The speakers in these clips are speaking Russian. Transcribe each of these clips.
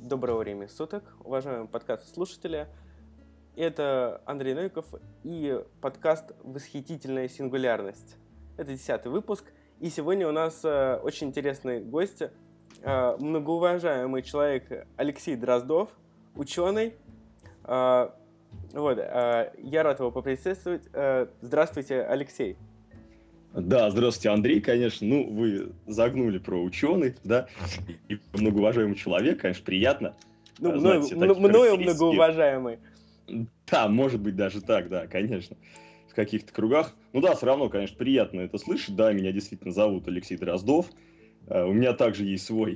Доброго времени суток, уважаемые подкаст-слушатели. Это Андрей Новиков и подкаст «Восхитительная сингулярность». Это 10-й выпуск, и сегодня у нас очень интересный гость, многоуважаемый человек Алексей Дроздов, ученый. Я рад его поприветствовать. Здравствуйте, Алексей. Да, здравствуйте, Андрей, конечно. Вы загнули про ученых, да, и многоуважаемый человек, конечно, приятно. Мною многоуважаемый. Да, может быть, даже так, да, конечно, в каких-то кругах. Все равно, конечно, приятно это слышать. Да, меня действительно зовут Алексей Дроздов. У меня также есть свой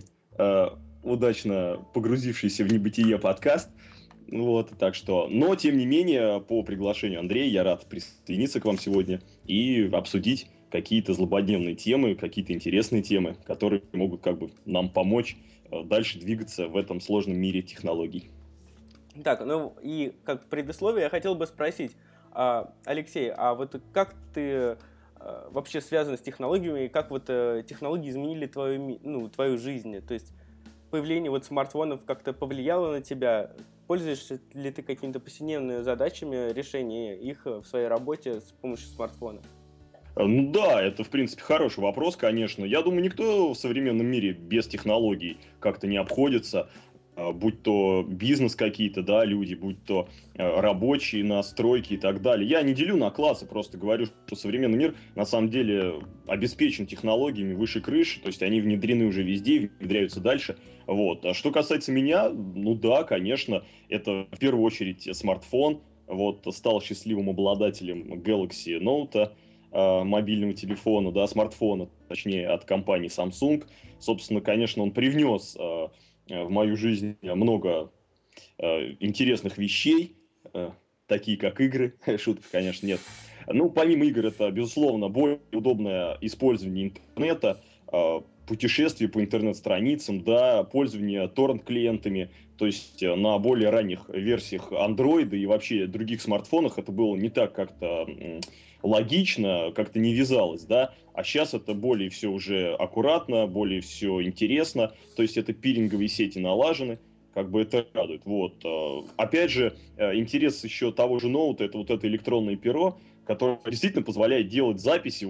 удачно погрузившийся в небытие подкаст. Так что, но, тем не менее, по приглашению Андрея я рад присоединиться к вам сегодня и обсудить какие-то злободневные темы, какие-то интересные темы, которые могут нам помочь дальше двигаться в этом сложном мире технологий. Так, и как предисловие я хотел бы спросить, Алексей, а вот как ты вообще связан с технологиями, и как технологии изменили твою жизнь? То есть появление смартфонов как-то повлияло на тебя? Пользуешься ли ты какими-то повседневными задачами, решения их в своей работе с помощью смартфона? Да, это, в принципе, хороший вопрос, конечно. Я думаю, никто в современном мире без технологий как-то не обходится. Будь то бизнес какие-то, да, люди, будь то рабочие на стройке и так далее. Я не делю на классы, просто говорю, что современный мир на самом деле обеспечен технологиями выше крыши, то есть они внедрены уже везде, внедряются дальше. А что касается меня, да, конечно, это в первую очередь смартфон. Стал счастливым обладателем Galaxy Note, мобильного телефона, да, смартфона, точнее, от компании Samsung. Собственно, конечно, он привнес в мою жизнь много интересных вещей, такие как игры. Шутка, конечно, нет. Помимо игр, это, безусловно, более удобное использование интернета, путешествие по интернет-страницам, да, пользование торрент-клиентами. То есть на более ранних версиях Android и вообще других смартфонах это было не так как-то логично, как-то не вязалось, да, а сейчас это более все уже аккуратно, более все интересно, то есть это пиринговые сети налажены, это радует. Опять же, интерес еще того же ноута, это электронное перо, которое действительно позволяет делать записи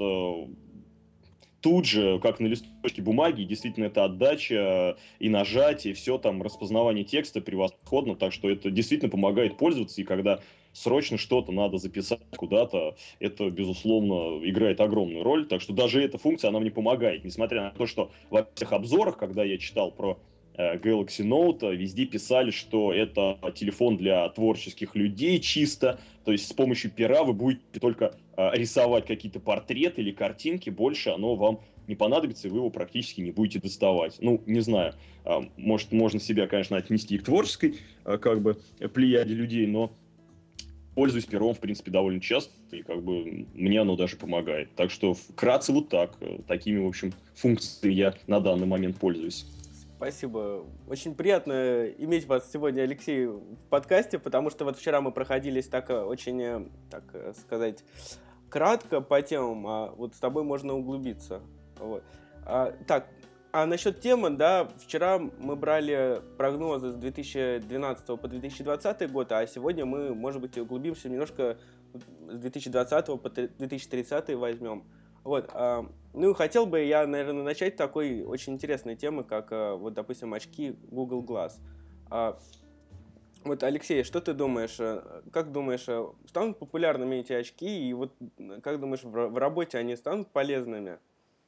тут же, как на листочке бумаги, действительно это отдача и нажатие, все там, распознавание текста превосходно, так что это действительно помогает пользоваться, и когда срочно что-то надо записать куда-то, это, безусловно, играет огромную роль, так что даже эта функция, она мне помогает, несмотря на то, что во всех обзорах, когда я читал про Galaxy Note, везде писали, что это телефон для творческих людей чисто, то есть с помощью пера вы будете только рисовать какие-то портреты или картинки, больше оно вам не понадобится, и вы его практически не будете доставать. Не знаю, может, можно себя, конечно, отнести и к творческой, плеяде людей, но пользуюсь пером, в принципе, довольно часто, и мне оно даже помогает. Так что вкратце такими, в общем, функциями я на данный момент пользуюсь. Спасибо. Очень приятно иметь вас сегодня, Алексей, в подкасте, потому что вчера мы проходились очень, кратко по темам, а с тобой можно углубиться. А насчет темы, да, вчера мы брали прогнозы с 2012 по 2020 год, а сегодня мы, может быть, углубимся немножко с 2020 по 2030 возьмем. Хотел бы я, наверное, начать с такой очень интересной темы, как, допустим, очки Google Glass. Алексей, что ты думаешь? Как думаешь, станут популярными эти очки? И как думаешь, в работе они станут полезными?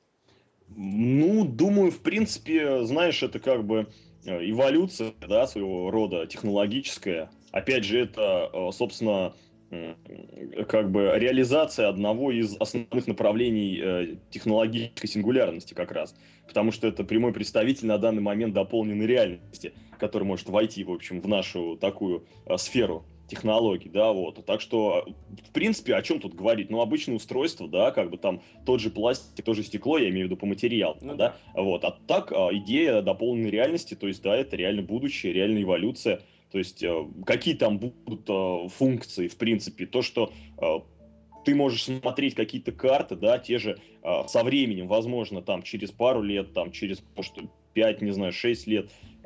Думаю, в принципе, знаешь, это эволюция, да, своего рода технологическая. Опять же, это, собственно, реализация одного из основных направлений технологической сингулярности как раз. Потому что это прямой представитель на данный момент дополненной реальности, который может войти, в общем, в нашу такую сферу технологий, да, Так что, в принципе, о чем тут говорить? Обычное устройство, да, там тот же пластик, то же стекло, я имею в виду по материалу, да. А так, идея дополненной реальности, то есть, да, это реально будущее, реальная эволюция. То есть, какие там будут функции, в принципе, то, что ты можешь смотреть какие-то карты, да, те же со временем, возможно, через пару лет, через, может, 5, не знаю, 6 лет,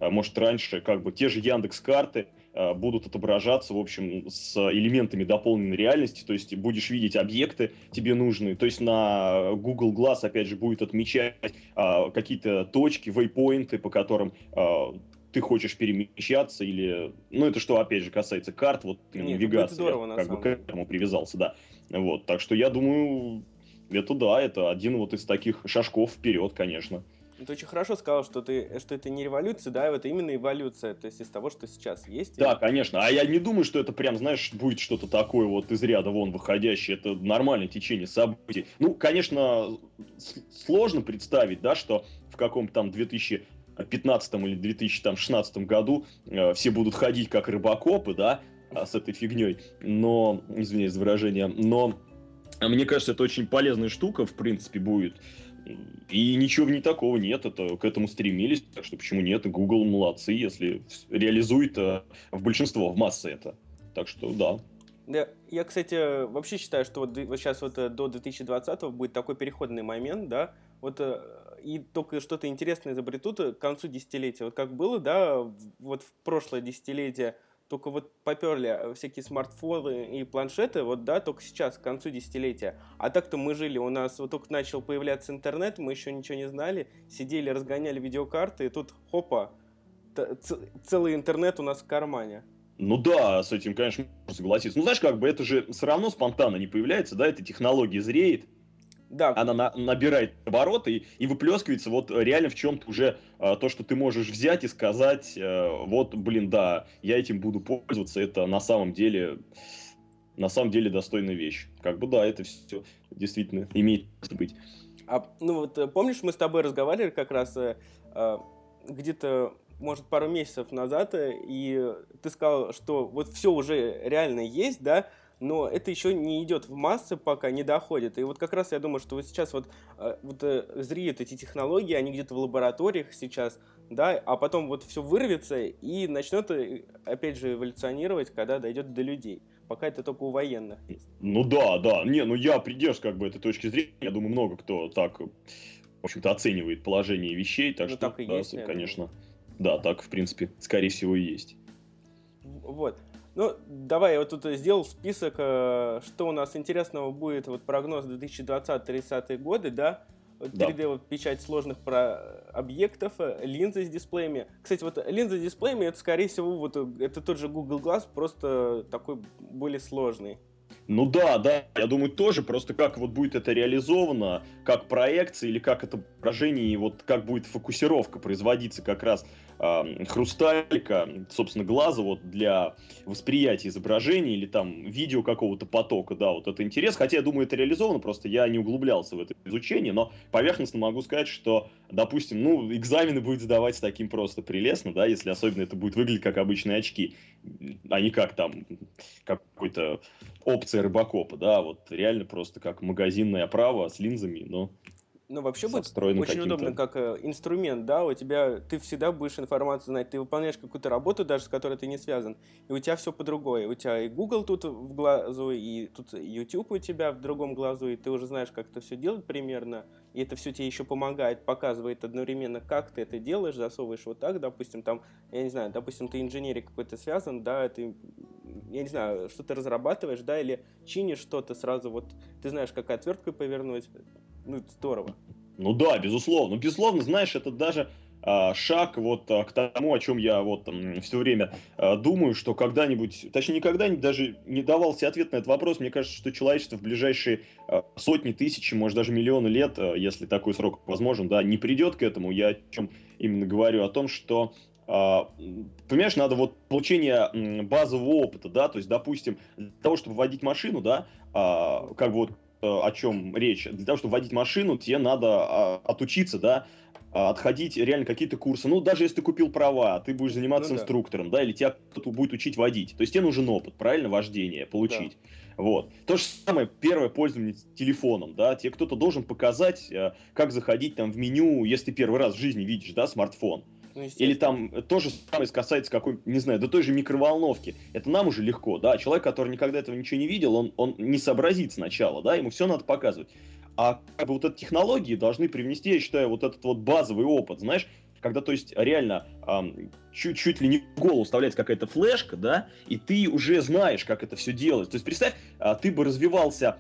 может, раньше, как бы, те же Яндекс.Карты будут отображаться, в общем, с элементами дополненной реальности, то есть будешь видеть объекты тебе нужные, то есть на Google Glass, опять же, будет отмечать какие-то точки, вейпоинты, по которым ты хочешь перемещаться, или, ну, это что, опять же, касается карт, вот, навигации, здорово, я на как бы самом к деле. этому привязался, да, вот, так что я думаю, это да, это один вот из таких шажков вперед, конечно. Ты очень хорошо сказал, что это не революция, да, это именно эволюция, то есть из того, что сейчас есть. Да, конечно. А я не думаю, что это прям, знаешь, будет что-то такое вот из ряда вон выходящее. Это нормальное течение событий. Ну, конечно, сложно представить, да, что в каком-то там 2015 или 2016 году все будут ходить как рыбакопы, да, с этой фигней. Но, извиняюсь за выражение, но мне кажется, это очень полезная штука, в принципе, будет. И ничего в ней такого нет, это к этому стремились, так что почему нет, и Google молодцы, если реализует в большинство, в массы это. Так что да. Да, я, кстати, вообще считаю, что вот сейчас вот до 2020 будет такой переходный момент, да, вот и только что-то интересное изобретут к концу десятилетия. Вот как было, да, вот в прошлое десятилетие только вот поперли всякие смартфоны и планшеты, вот да, только сейчас, к концу десятилетия. А так-то мы жили, у нас вот только начал появляться интернет, мы еще ничего не знали, сидели, разгоняли видеокарты, и тут, хопа, целый интернет у нас в кармане. Ну да, с этим, конечно, можно согласиться. Ну знаешь, как бы это же все равно спонтанно не появляется, да, эта технология зреет, Да, она набирает обороты и выплескивается вот реально в чем-то уже то, что ты можешь взять и сказать, вот, блин, да, я этим буду пользоваться, это на самом деле достойная вещь. Как бы да, это все действительно имеет место быть. ну вот помнишь, мы с тобой разговаривали как раз где-то, может, пару месяцев назад, и ты сказал, что вот все уже реально есть, да, но это еще не идет в массы, пока не доходит. И вот как раз я думаю, что вот сейчас зреют эти технологии, они где-то в лабораториях сейчас, да, а потом вот все вырвется и начнет, опять же, эволюционировать, когда дойдет до людей. Пока это только у военных есть. Ну да, да. Не, ну я придерживаюсь как бы этой точки зрения. Я думаю, много кто так, в общем-то, оценивает положение вещей. Так Ну что, так и да, есть, я конечно. думаю. Да, так, в принципе, скорее всего, и есть. Вот. Ну, давай, я вот тут сделал список, что у нас интересного будет, вот прогноз 2020-30 годы, да, Да. 3D вот, печать сложных объектов, линзы с дисплеями. Кстати, вот линзы с дисплеями, это, скорее всего, вот это тот же Google Glass, просто такой более сложный. Ну да, да, я думаю, тоже, просто как вот будет это реализовано, как проекция или как отображение, и вот как будет фокусировка производиться как раз хрусталика, собственно, глаза вот для восприятия изображения или там видео какого-то потока, да, вот это интерес, хотя я думаю, это реализовано, просто я не углублялся в это изучение, но поверхностно могу сказать, что, допустим, ну, экзамены будет сдавать с таким просто прелестно, да, если особенно это будет выглядеть как обычные очки, а не как там какой-то опция рыбакопа, да, вот реально просто как магазинная оправа с линзами, но Ну, вообще со будет встроенным очень каким-то... удобно как инструмент, да, у тебя, ты всегда будешь информацию знать, ты выполняешь какую-то работу, даже с которой ты не связан, и у тебя все по-другому, у тебя и Google тут в глазу, и тут YouTube у тебя в другом глазу, и ты уже знаешь, как это все делать примерно, и это все тебе еще помогает, показывает одновременно, как ты это делаешь, засовываешь вот так, допустим, там, я не знаю, допустим, ты инженерик какой-то связан, да, ты, я не знаю, что ты разрабатываешь, да, или чинишь что-то сразу, вот, ты знаешь, как отверткой повернуть, ну, это здорово. Ну да, безусловно. Безусловно, знаешь, это даже шаг вот к тому, о чем я вот все время думаю, что когда-нибудь, точнее, не когда-нибудь даже не давал себе ответ на этот вопрос. Мне кажется, что человечество в ближайшие сотни, тысячи, может, даже миллионы лет, если такой срок возможен, да, не придет к этому. Я о чем именно говорю? О том, что понимаешь, надо вот получение базового опыта, да, то есть, допустим, для того, чтобы водить машину, да, как бы вот о чем речь. Для того, чтобы водить машину, тебе надо отучиться, да, отходить реально какие-то курсы. Ну, даже если ты купил права, ты будешь заниматься Ну да. инструктором, да, или тебя кто-то будет учить водить. То есть тебе нужен опыт, правильно, вождения получить. Да. Вот. То же самое, первое пользование телефоном, да, тебе кто-то должен показать, как заходить там в меню, если ты первый раз в жизни видишь, да, смартфон. Ну, Или естественно. там то же самое касается какой, не знаю, да той же микроволновки. Это нам уже легко, да. Человек, который никогда этого ничего не видел, он не сообразит сначала, да, ему все надо показывать. А как бы вот эти технологии должны привнести, я считаю, вот этот вот базовый опыт, знаешь, когда, то есть, реально чуть ли не в голову вставляется какая-то флешка, да, и ты уже знаешь, как это все делать. То есть, представь, ты бы развивался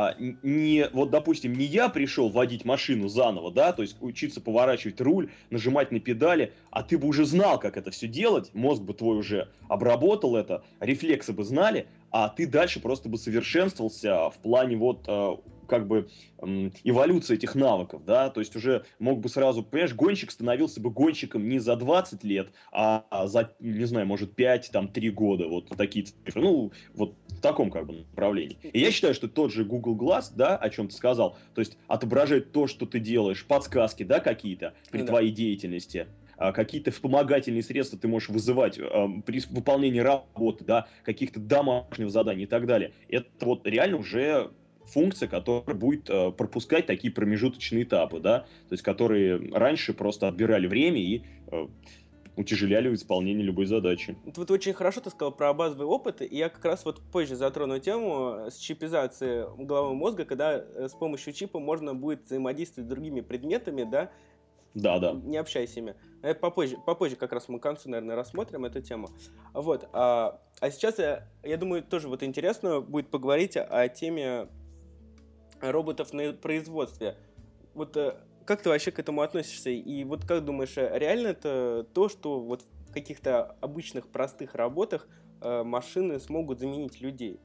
не, вот, допустим, не я пришел водить машину заново, да, то есть учиться поворачивать руль, нажимать на педали, а ты бы уже знал, как это все делать, мозг бы твой уже обработал это, рефлексы бы знали, а ты дальше просто бы совершенствовался в плане вот как бы эволюции этих навыков, да, то есть уже мог бы сразу, понимаешь, гонщик становился бы гонщиком не за 20 лет, а за, не знаю, может, 5, там, 3 года, вот такие цифры, ну, вот в таком как бы направлении. И я считаю, что тот же Google Glass, да, о чем ты сказал, то есть отображает то, что ты делаешь, подсказки, да, какие-то при твоей деятельности, какие-то вспомогательные средства ты можешь вызывать при выполнении работы, да, каких-то домашних заданий и так далее. Это вот реально уже функция, которая будет пропускать такие промежуточные этапы, да, то есть которые раньше просто отбирали время и утяжеляли исполнение любой задачи. Вот очень хорошо ты сказал про базовый опыт, и я как раз вот позже затрону тему с чипизации головного мозга, когда с помощью чипа можно будет взаимодействовать с другими предметами, да, да. Не общаясь с ними. Это попозже как раз мы к концу, наверное, рассмотрим эту тему. Вот. А сейчас, я думаю, тоже вот интересно будет поговорить о теме роботов на производстве. Вот как ты вообще к этому относишься? И вот как думаешь, реально это то, что вот в каких-то обычных простых работах машины смогут заменить людей?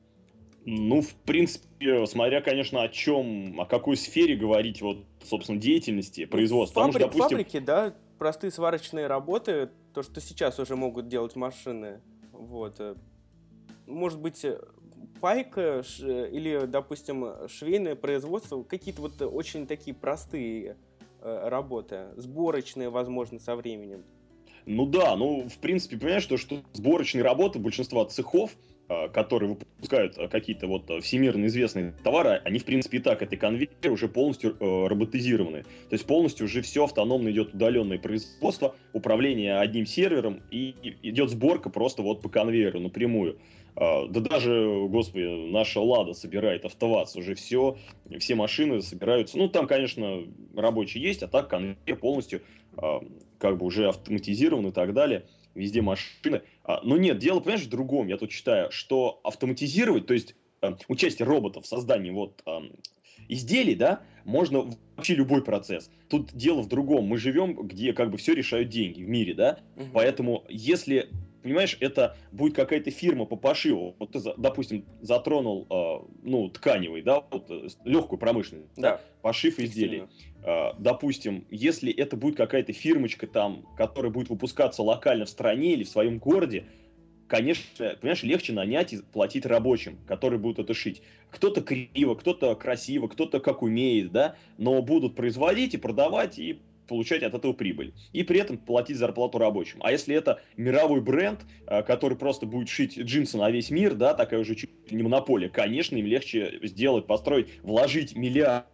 Ну, в принципе, смотря, конечно, о какой сфере говорить, вот, собственно, деятельности, производства. Фабрики, да, простые сварочные работы, то, что сейчас уже могут делать машины, вот. Может быть, пайка или, допустим, швейное производство, какие-то вот очень такие простые работы, сборочные, возможно, со временем. Ну да, в принципе, понимаешь, что сборочные работы большинства цехов, которые выпускают какие-то вот всемирно известные товары, они, в принципе, и так, эти конвейеры уже полностью роботизированы. То есть полностью уже все автономно идет удаленное производство, управление одним сервером, и идет сборка просто вот по конвейеру напрямую. Да даже, господи, наша Лада собирает АвтоВАЗ, уже все машины собираются. Ну, там, конечно, рабочие есть, а так конвейер полностью как бы уже автоматизирован и так далее. Везде машины. Но нет, дело, понимаешь, в другом. Я тут считаю, что автоматизировать, то есть участие роботов в создании вот изделий, да, можно вообще любой процесс. Тут дело в другом. Мы живем, где как бы все решают деньги в мире, да. Поэтому если, понимаешь, это будет какая-то фирма по пошиву. Вот ты, допустим, затронул, тканевый, да, вот, легкую промышленность, да, пошив изделий. Допустим, если это будет какая-то фирмочка там, которая будет выпускаться локально в стране или в своем городе, конечно, понимаешь, легче нанять и платить рабочим, которые будут это шить. Кто-то криво, кто-то красиво, кто-то как умеет, да, но будут производить и продавать, и получать от этого прибыль. И при этом платить зарплату рабочим. А если это мировой бренд, который просто будет шить джинсы на весь мир, да, такая уже чуть ли не монополия, конечно, им легче сделать, построить, вложить $1 миллиард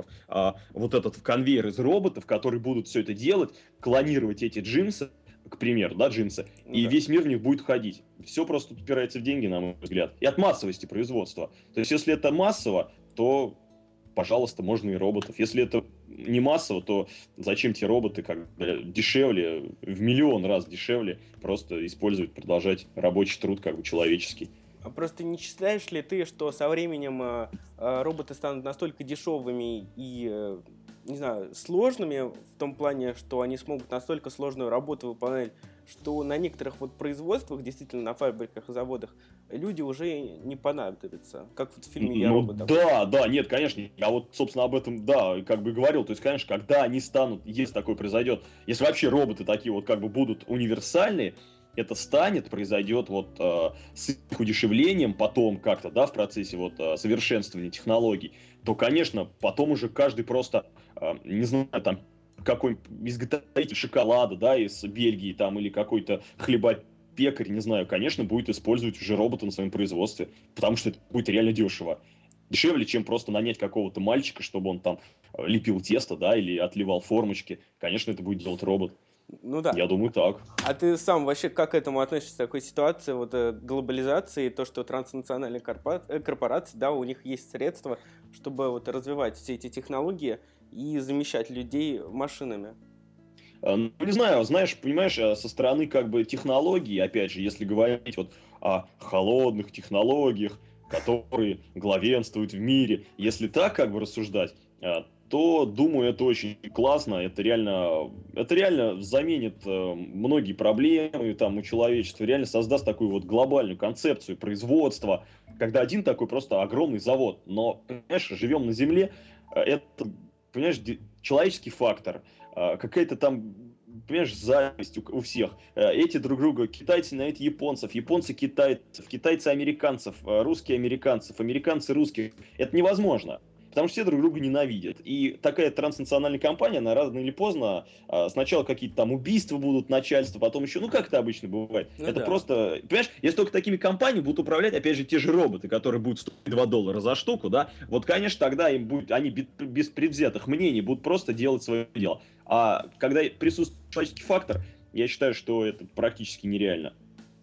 вот этот в конвейер из роботов, которые будут все это делать, клонировать эти джинсы, к примеру, да, джинсы, и весь мир в них будет ходить. Все просто упирается в деньги, на мой взгляд. И от массовости производства. То есть, если это массово, то, пожалуйста, можно и роботов. Если это не массово, то зачем те роботы, как дешевле, в миллион раз дешевле, просто использовать, продолжать рабочий труд, как бы человеческий. Просто не считаешь ли ты, что со временем роботы станут настолько дешевыми и, не знаю, сложными в том плане, что они смогут настолько сложную работу выполнять, что на некоторых вот производствах, действительно на фабриках и заводах, люди уже не понадобятся, как вот в фильме «Я робот». Да, нет, конечно, я вот, собственно, об этом, да, как бы говорил, то есть, конечно, когда они станут, если такое произойдет, если вообще роботы такие вот как бы будут универсальные, это произойдет вот с их удешевлением потом как-то, да, в процессе вот совершенствования технологий, то, конечно, потом уже каждый просто, не знаю, там, какой-нибудь изготовитель шоколада, да, из Бельгии там, или какой-то хлебопекарь, не знаю, конечно, будет использовать уже робота на своем производстве, потому что это будет реально дешево. Дешевле, чем просто нанять какого-то мальчика, чтобы он там лепил тесто, да, или отливал формочки. Конечно, это будет делать робот. Ну да. Я думаю, так. А ты сам вообще как к этому относишься, к такой ситуации, вот глобализации, то, что транснациональные корпорации, да, у них есть средства, чтобы вот развивать все эти технологии и замещать людей машинами? Ну, не знаю, знаешь, понимаешь, со стороны как бы технологий, опять же, если говорить вот о холодных технологиях, которые главенствуют в мире, если так как бы рассуждать, то, думаю, это очень классно, это реально заменит многие проблемы там у человечества, реально создаст такую вот глобальную концепцию производства, когда один такой просто огромный завод, но, понимаешь, живем на Земле, это, понимаешь, человеческий фактор, какая-то там, понимаешь, зависть у всех. Эти друг друга, китайцы на эти японцев, японцы китайцев, китайцы американцев, русские американцев, американцы русских. Это невозможно. Потому что все друг друга ненавидят. И такая транснациональная компания, она рано или поздно, сначала какие-то там убийства будут начальства, потом еще, ну как это обычно бывает. Ну это да. просто, понимаешь, если только такими компаниями будут управлять, опять же, те же роботы, которые будут стоить $2 за штуку, да, вот, конечно, тогда им будет, они без предвзятых мнений будут просто делать свое дело. А когда присутствует человеческий фактор, я считаю, что это практически нереально.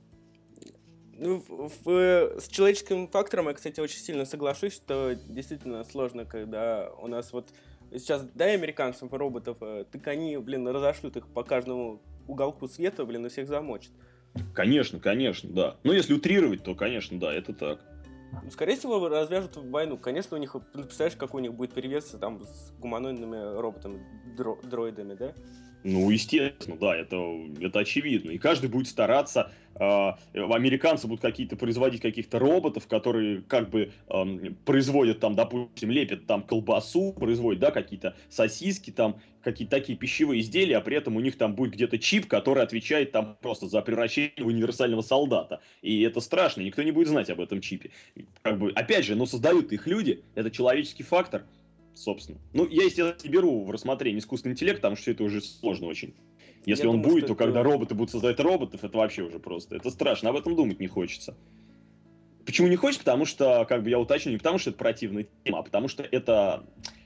Ну, с человеческим фактором я, кстати, очень сильно соглашусь, что действительно сложно, когда у нас вот сейчас, дай американцам роботов, так они, блин, разошлют их по каждому уголку света, блин, и всех замочат. Конечно, да. Но если утрировать, то, конечно, да, это так. Скорее всего, развяжут войну. Конечно, у них, представляешь, какой у них будет перевес там с гуманоидными роботами, дроидами, да? Ну, естественно, да, это очевидно. И каждый будет стараться, американцы будут производить каких-то роботов, которые как бы производят там, допустим, лепят там колбасу, производят, да, какие-то сосиски, там, какие-то такие пищевые изделия, а при этом у них там будет где-то чип, который отвечает там просто за превращение в универсального солдата. И это страшно, никто не будет знать об этом чипе. Как бы, опять же, но создают их люди, это человеческий фактор, собственно. Ну, я, естественно, не беру в рассмотрение искусственный интеллект, потому что это уже сложно очень. Если он будет, то когда роботы будут создавать роботов, это вообще уже просто, это страшно, об этом думать не хочется. Почему не хочется? Потому что, как бы я уточню, не потому что это противная тема, а потому что это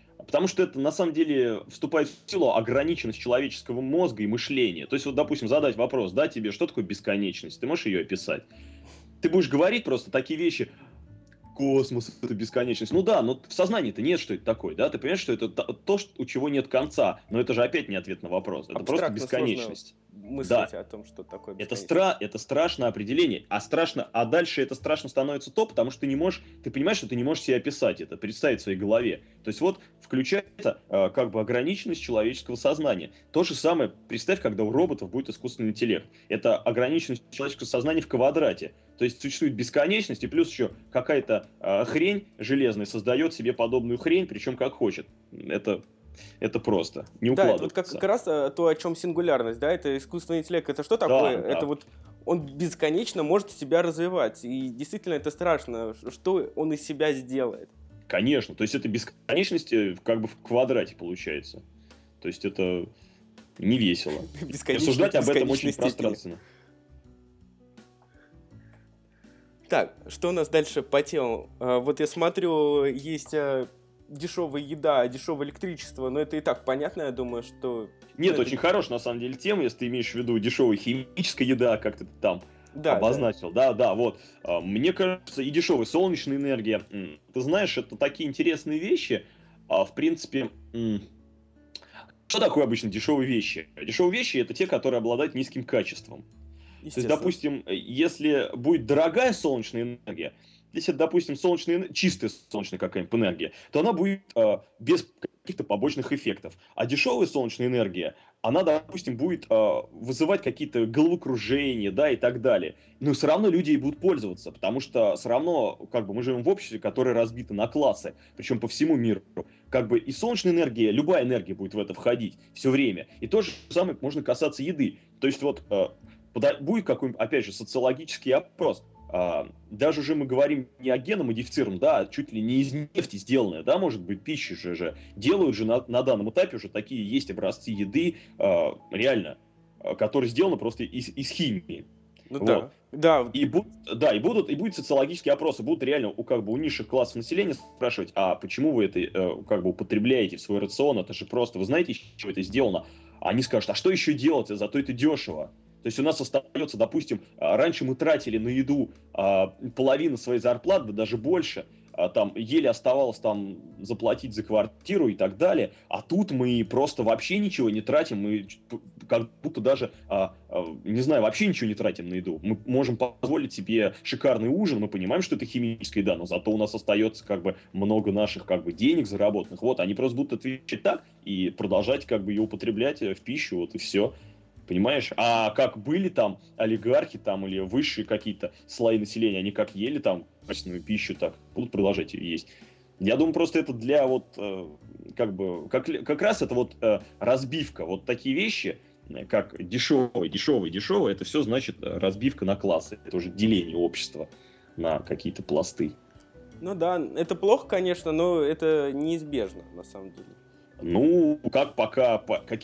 на самом деле вступает в силу ограниченность человеческого мозга и мышления. То есть, вот, допустим, задать вопрос, да, тебе, что такое бесконечность? Ты можешь ее описать? Ты будешь говорить просто такие вещи: космос — это бесконечность. Ну да, но в сознании-то нет, что это такое, да? Ты понимаешь, что это то, у чего нет конца. Но это же опять не ответ на вопрос. Это просто бесконечность. Мыслить о том, что такое бесконечность. Это страшное определение. А дальше это страшно становится потому что ты понимаешь, что ты не можешь себе описать это, представить в своей голове. То есть вот включается как бы ограниченность человеческого сознания. То же самое, представь, когда у роботов будет искусственный интеллект. Это ограниченность человеческого сознания в квадрате. То есть существует бесконечность, и плюс еще какая-то хрень железная создает себе подобную хрень, причем как хочет. Это просто не укладывается. Да, это вот как раз то, о чем сингулярность, да, это искусственный интеллект, это что такое? Да. Это вот он бесконечно может себя развивать, и действительно это страшно, что он из себя сделает. Конечно, то есть это бесконечность как бы в квадрате получается. То есть это не весело. Рассуждать об этом очень пространственно. Так, что у нас дальше по темам? Вот я смотрю, есть дешевая еда, дешевое электричество, но это и так понятно, я думаю, что... Нет, очень хорошая на самом деле тема, если ты имеешь в виду дешевая химическая еда, как ты там обозначил. Да, вот. Мне кажется, и дешевая солнечная энергия. Ты знаешь, это такие интересные вещи. В принципе, что такое обычно дешевые вещи? Дешевые вещи — это те, которые обладают низким качеством. То есть, допустим, если будет дорогая солнечная энергия, если, допустим, чистая солнечная какая-нибудь энергия, то она будет без каких-то побочных эффектов. А дешевая солнечная энергия, она, допустим, будет вызывать какие-то головокружения, да, и так далее. Но все равно люди ей будут пользоваться, потому что все равно, как бы, мы живем в обществе, которое разбито на классы, причем по всему миру. Как бы и солнечная энергия, любая энергия будет в это входить все время. И то же самое можно касаться еды. То есть вот будет какой-нибудь, опять же, социологический опрос. Даже уже мы говорим не о геномодифицированном, да, чуть ли не из нефти сделанная, да, может быть, пища же. Делают же на данном этапе уже такие есть образцы еды, реально, которые сделаны просто из химии. Ну вот. Да. И будет социологический опрос, и будут реально у низших классов населения спрашивать, а почему вы это как бы употребляете в свой рацион, это же просто, вы знаете, из чего это сделано? А они скажут, а что еще делать, зато это дешево. То есть у нас остается, допустим, раньше мы тратили на еду половину своей зарплаты, да даже больше, там еле оставалось там заплатить за квартиру и так далее, а тут мы просто вообще ничего не тратим, мы как будто даже, не знаю, вообще ничего не тратим на еду. Мы можем позволить себе шикарный ужин, мы понимаем, что это химическая еда, но зато у нас остается как бы много наших как бы денег заработанных. Вот, они просто будут отвечать так и продолжать как бы ее употреблять в пищу, вот и все. Понимаешь? А как были там олигархи там или высшие какие-то слои населения, они как ели там качественную пищу, так будут продолжать ее есть. Я думаю, просто это для вот как бы как раз это вот разбивка. Вот такие вещи, как дешевый, это все значит разбивка на классы. Это уже деление общества на какие-то пласты. Ну да, это плохо, конечно, но это неизбежно, на самом деле. Ну, как пока,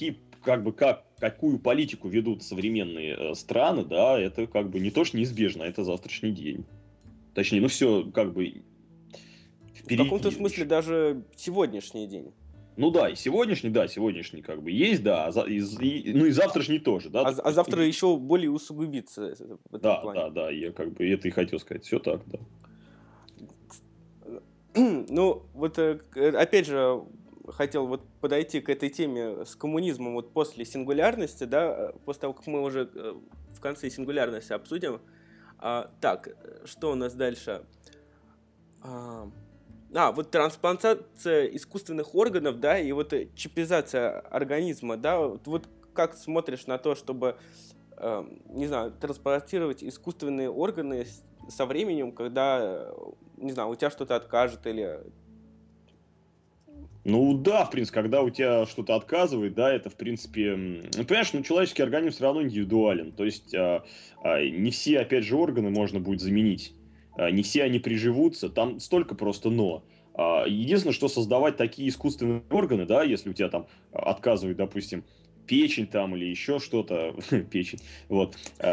какую политику ведут современные страны, да, это как бы не то, что неизбежно, это завтрашний день. Точнее, ну все как бы впереди. В каком-то смысле даже сегодняшний день. Ну да, и сегодняшний как бы есть, да, ну и завтрашний тоже, да. А завтра еще более усугубится в этом плане. Да, я как бы это и хотел сказать, все так, да. Ну, вот опять же, хотел вот подойти к этой теме с коммунизмом вот после сингулярности, да, после того, как мы уже в конце сингулярности обсудим. Так, что у нас дальше? Вот трансплантация искусственных органов, да, и вот чипизация организма, да, вот как смотришь на то, чтобы, не знаю, трансплантировать искусственные органы со временем, когда, не знаю, у тебя что-то откажет или... Ну да, в принципе, когда у тебя что-то отказывает, да, это в принципе, ну, понимаешь, ну человеческий организм все равно индивидуален, то есть не все, опять же, органы можно будет заменить, не все они приживутся, там столько просто но. Единственное, что создавать такие искусственные органы, да, если у тебя там отказывают, допустим, печень там или еще что-то, печень, вот,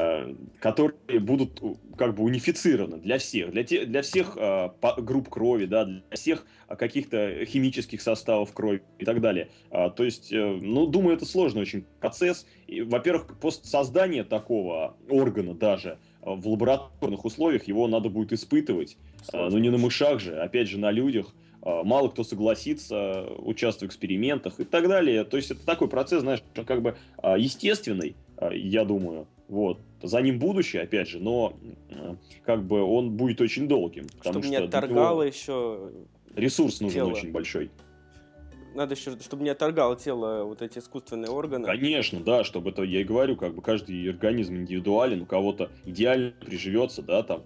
которые будут как бы унифицированы для всех, для всех групп крови, да, для всех каких-то химических составов крови и так далее. То есть, ну, думаю, это сложный очень процесс. И, во-первых, после создания такого органа даже в лабораторных условиях его надо будет испытывать, но не на мышах же, опять же, на людях. Мало кто согласится участвовать в экспериментах и так далее. То есть это такой процесс, знаешь, как бы естественный, я думаю. Вот. За ним будущее, опять же, но как бы он будет очень долгим. Чтобы не отторгало еще ресурс нужен тело. Очень большой. Надо еще, чтобы не отторгало тело вот эти искусственные органы. Конечно, да, чтобы это, я и говорю, как бы каждый организм индивидуален, у кого-то идеально приживется, да, там,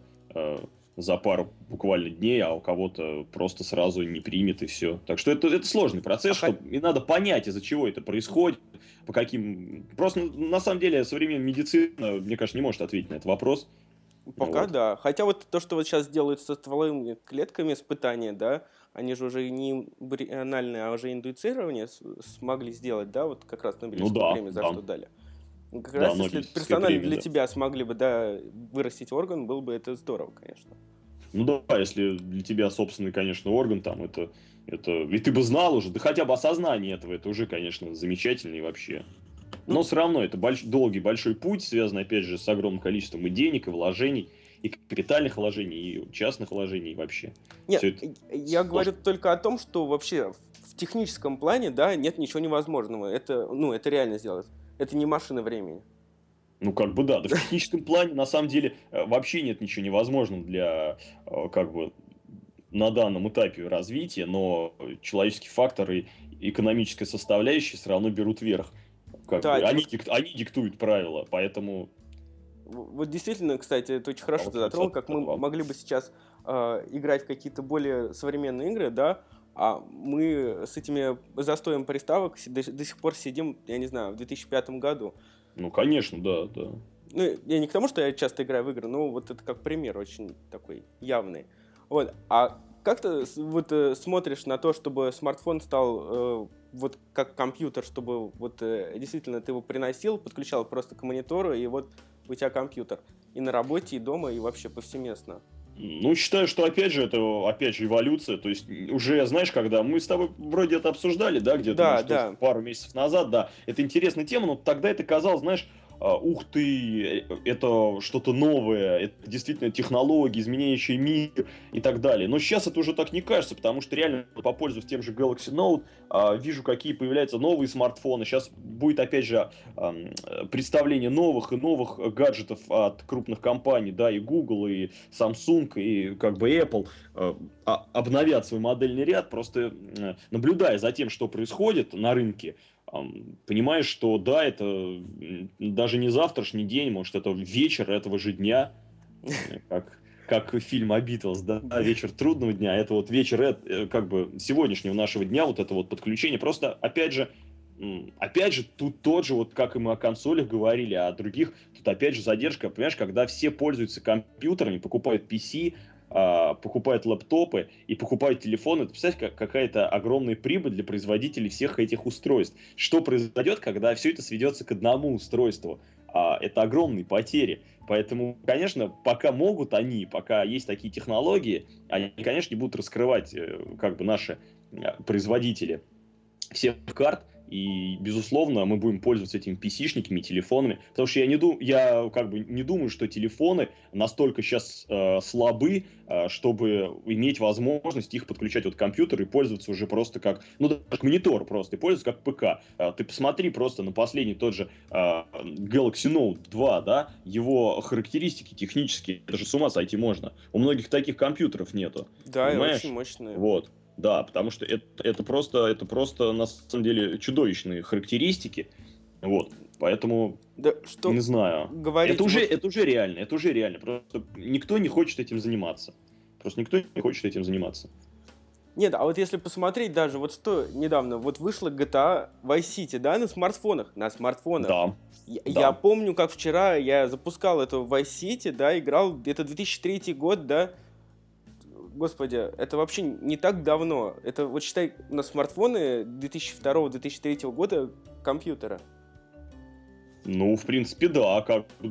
за пару буквально дней, а у кого-то просто сразу не примет и все. Так что это сложный процесс, и надо понять, из-за чего это происходит, по каким... Просто, на самом деле, современная медицина, мне кажется, не может ответить на этот вопрос. Пока вот. Да. Хотя вот то, что вот сейчас делают со стволовыми клетками испытания, да, они же уже не эмбриональные, а уже индуцирование смогли сделать, да, вот как раз Нобелевскую премию за что дали. Как раз если персонально для тебя смогли бы, да, вырастить орган, было бы это здорово, конечно. Ну да, если для тебя собственный, конечно, орган, там, это... И ты бы знал уже, да хотя бы осознание этого, это уже, конечно, замечательно и вообще. Но все равно это долгий, большой путь, связанный, опять же, с огромным количеством и денег, и вложений, и капитальных вложений, и частных вложений, и вообще. Нет, я говорю только о том, что вообще в техническом плане, да, нет ничего невозможного. Это реально сделать. Это не машина времени. Ну, как бы да. В техническом плане, на самом деле, вообще нет ничего невозможного для, как бы, на данном этапе развития, но человеческие факторы и экономическая составляющая все равно берут верх. Они диктуют правила, поэтому... Вот действительно, кстати, это очень хорошо ты затронул, как мы могли бы сейчас играть в какие-то более современные игры, да, а мы с этими застоем приставок до сих пор сидим, я не знаю, в 2005 году. Ну, конечно, да. Ну, я не к тому, что я часто играю в игры, но вот это как пример очень такой явный. Вот, а как ты вот смотришь на то, чтобы смартфон стал вот как компьютер, чтобы вот действительно ты его приносил, подключал просто к монитору, и вот у тебя компьютер и на работе, и дома, и вообще повсеместно? Ну, считаю, что опять же, это эволюция. То есть, уже, знаешь, когда мы с тобой вроде это обсуждали, да, где-то да. пару месяцев назад, да, это интересная тема, но тогда это казалось, знаешь, ух ты, это что-то новое, это действительно технологии, изменяющие мир и так далее. Но сейчас это уже так не кажется, потому что реально, попользуясь тем же Galaxy Note, вижу, какие появляются новые смартфоны. Сейчас будет, опять же, представление новых и новых гаджетов от крупных компаний, да, и Google, и Samsung, и как бы Apple обновят свой модельный ряд, просто наблюдая за тем, что происходит на рынке, понимаешь, что да, это даже не завтрашний день, может, это вечер этого же дня, как фильм о Битлз, да, вечер трудного дня, это вот вечер как бы сегодняшнего нашего дня, вот это вот подключение, просто, опять же, тут тот же, вот как и мы о консолях говорили, а о других, тут опять же задержка, понимаешь, когда все пользуются компьютерами, покупают PC, покупают лэптопы и покупают телефоны, ты представляешь, какая-то огромная прибыль для производителей всех этих устройств. Что произойдет, когда все это сведется к одному устройству? Это огромные потери. Поэтому, конечно, пока могут они, пока есть такие технологии, они, конечно, не будут раскрывать как бы наши производители всех карт, и, безусловно, мы будем пользоваться этими PC-шниками, телефонами, потому что я как бы не думаю, что телефоны настолько сейчас слабы, чтобы иметь возможность их подключать от компьютера и пользоваться уже просто как, ну, даже как монитор просто, и пользоваться как ПК. Ты посмотри просто на последний тот же Galaxy Note 2, да, его характеристики технические, даже с ума сойти можно. У многих таких компьютеров нету. Да, понимаешь? И очень мощные. Вот. Да, потому что это просто на самом деле чудовищные характеристики. Вот. Поэтому, да, что не знаю. Говорить, это уже реально. Просто никто не хочет этим заниматься. Нет, а вот если посмотреть даже, вот что недавно, вот вышла GTA Vice City, да, на смартфонах. Да. Я помню, как вчера я запускал эту Vice City, да, играл, это 2003 год, да. Господи, это вообще не так давно. Это, вот считай, на смартфоны 2002-2003 года компьютера. Ну, в принципе, да,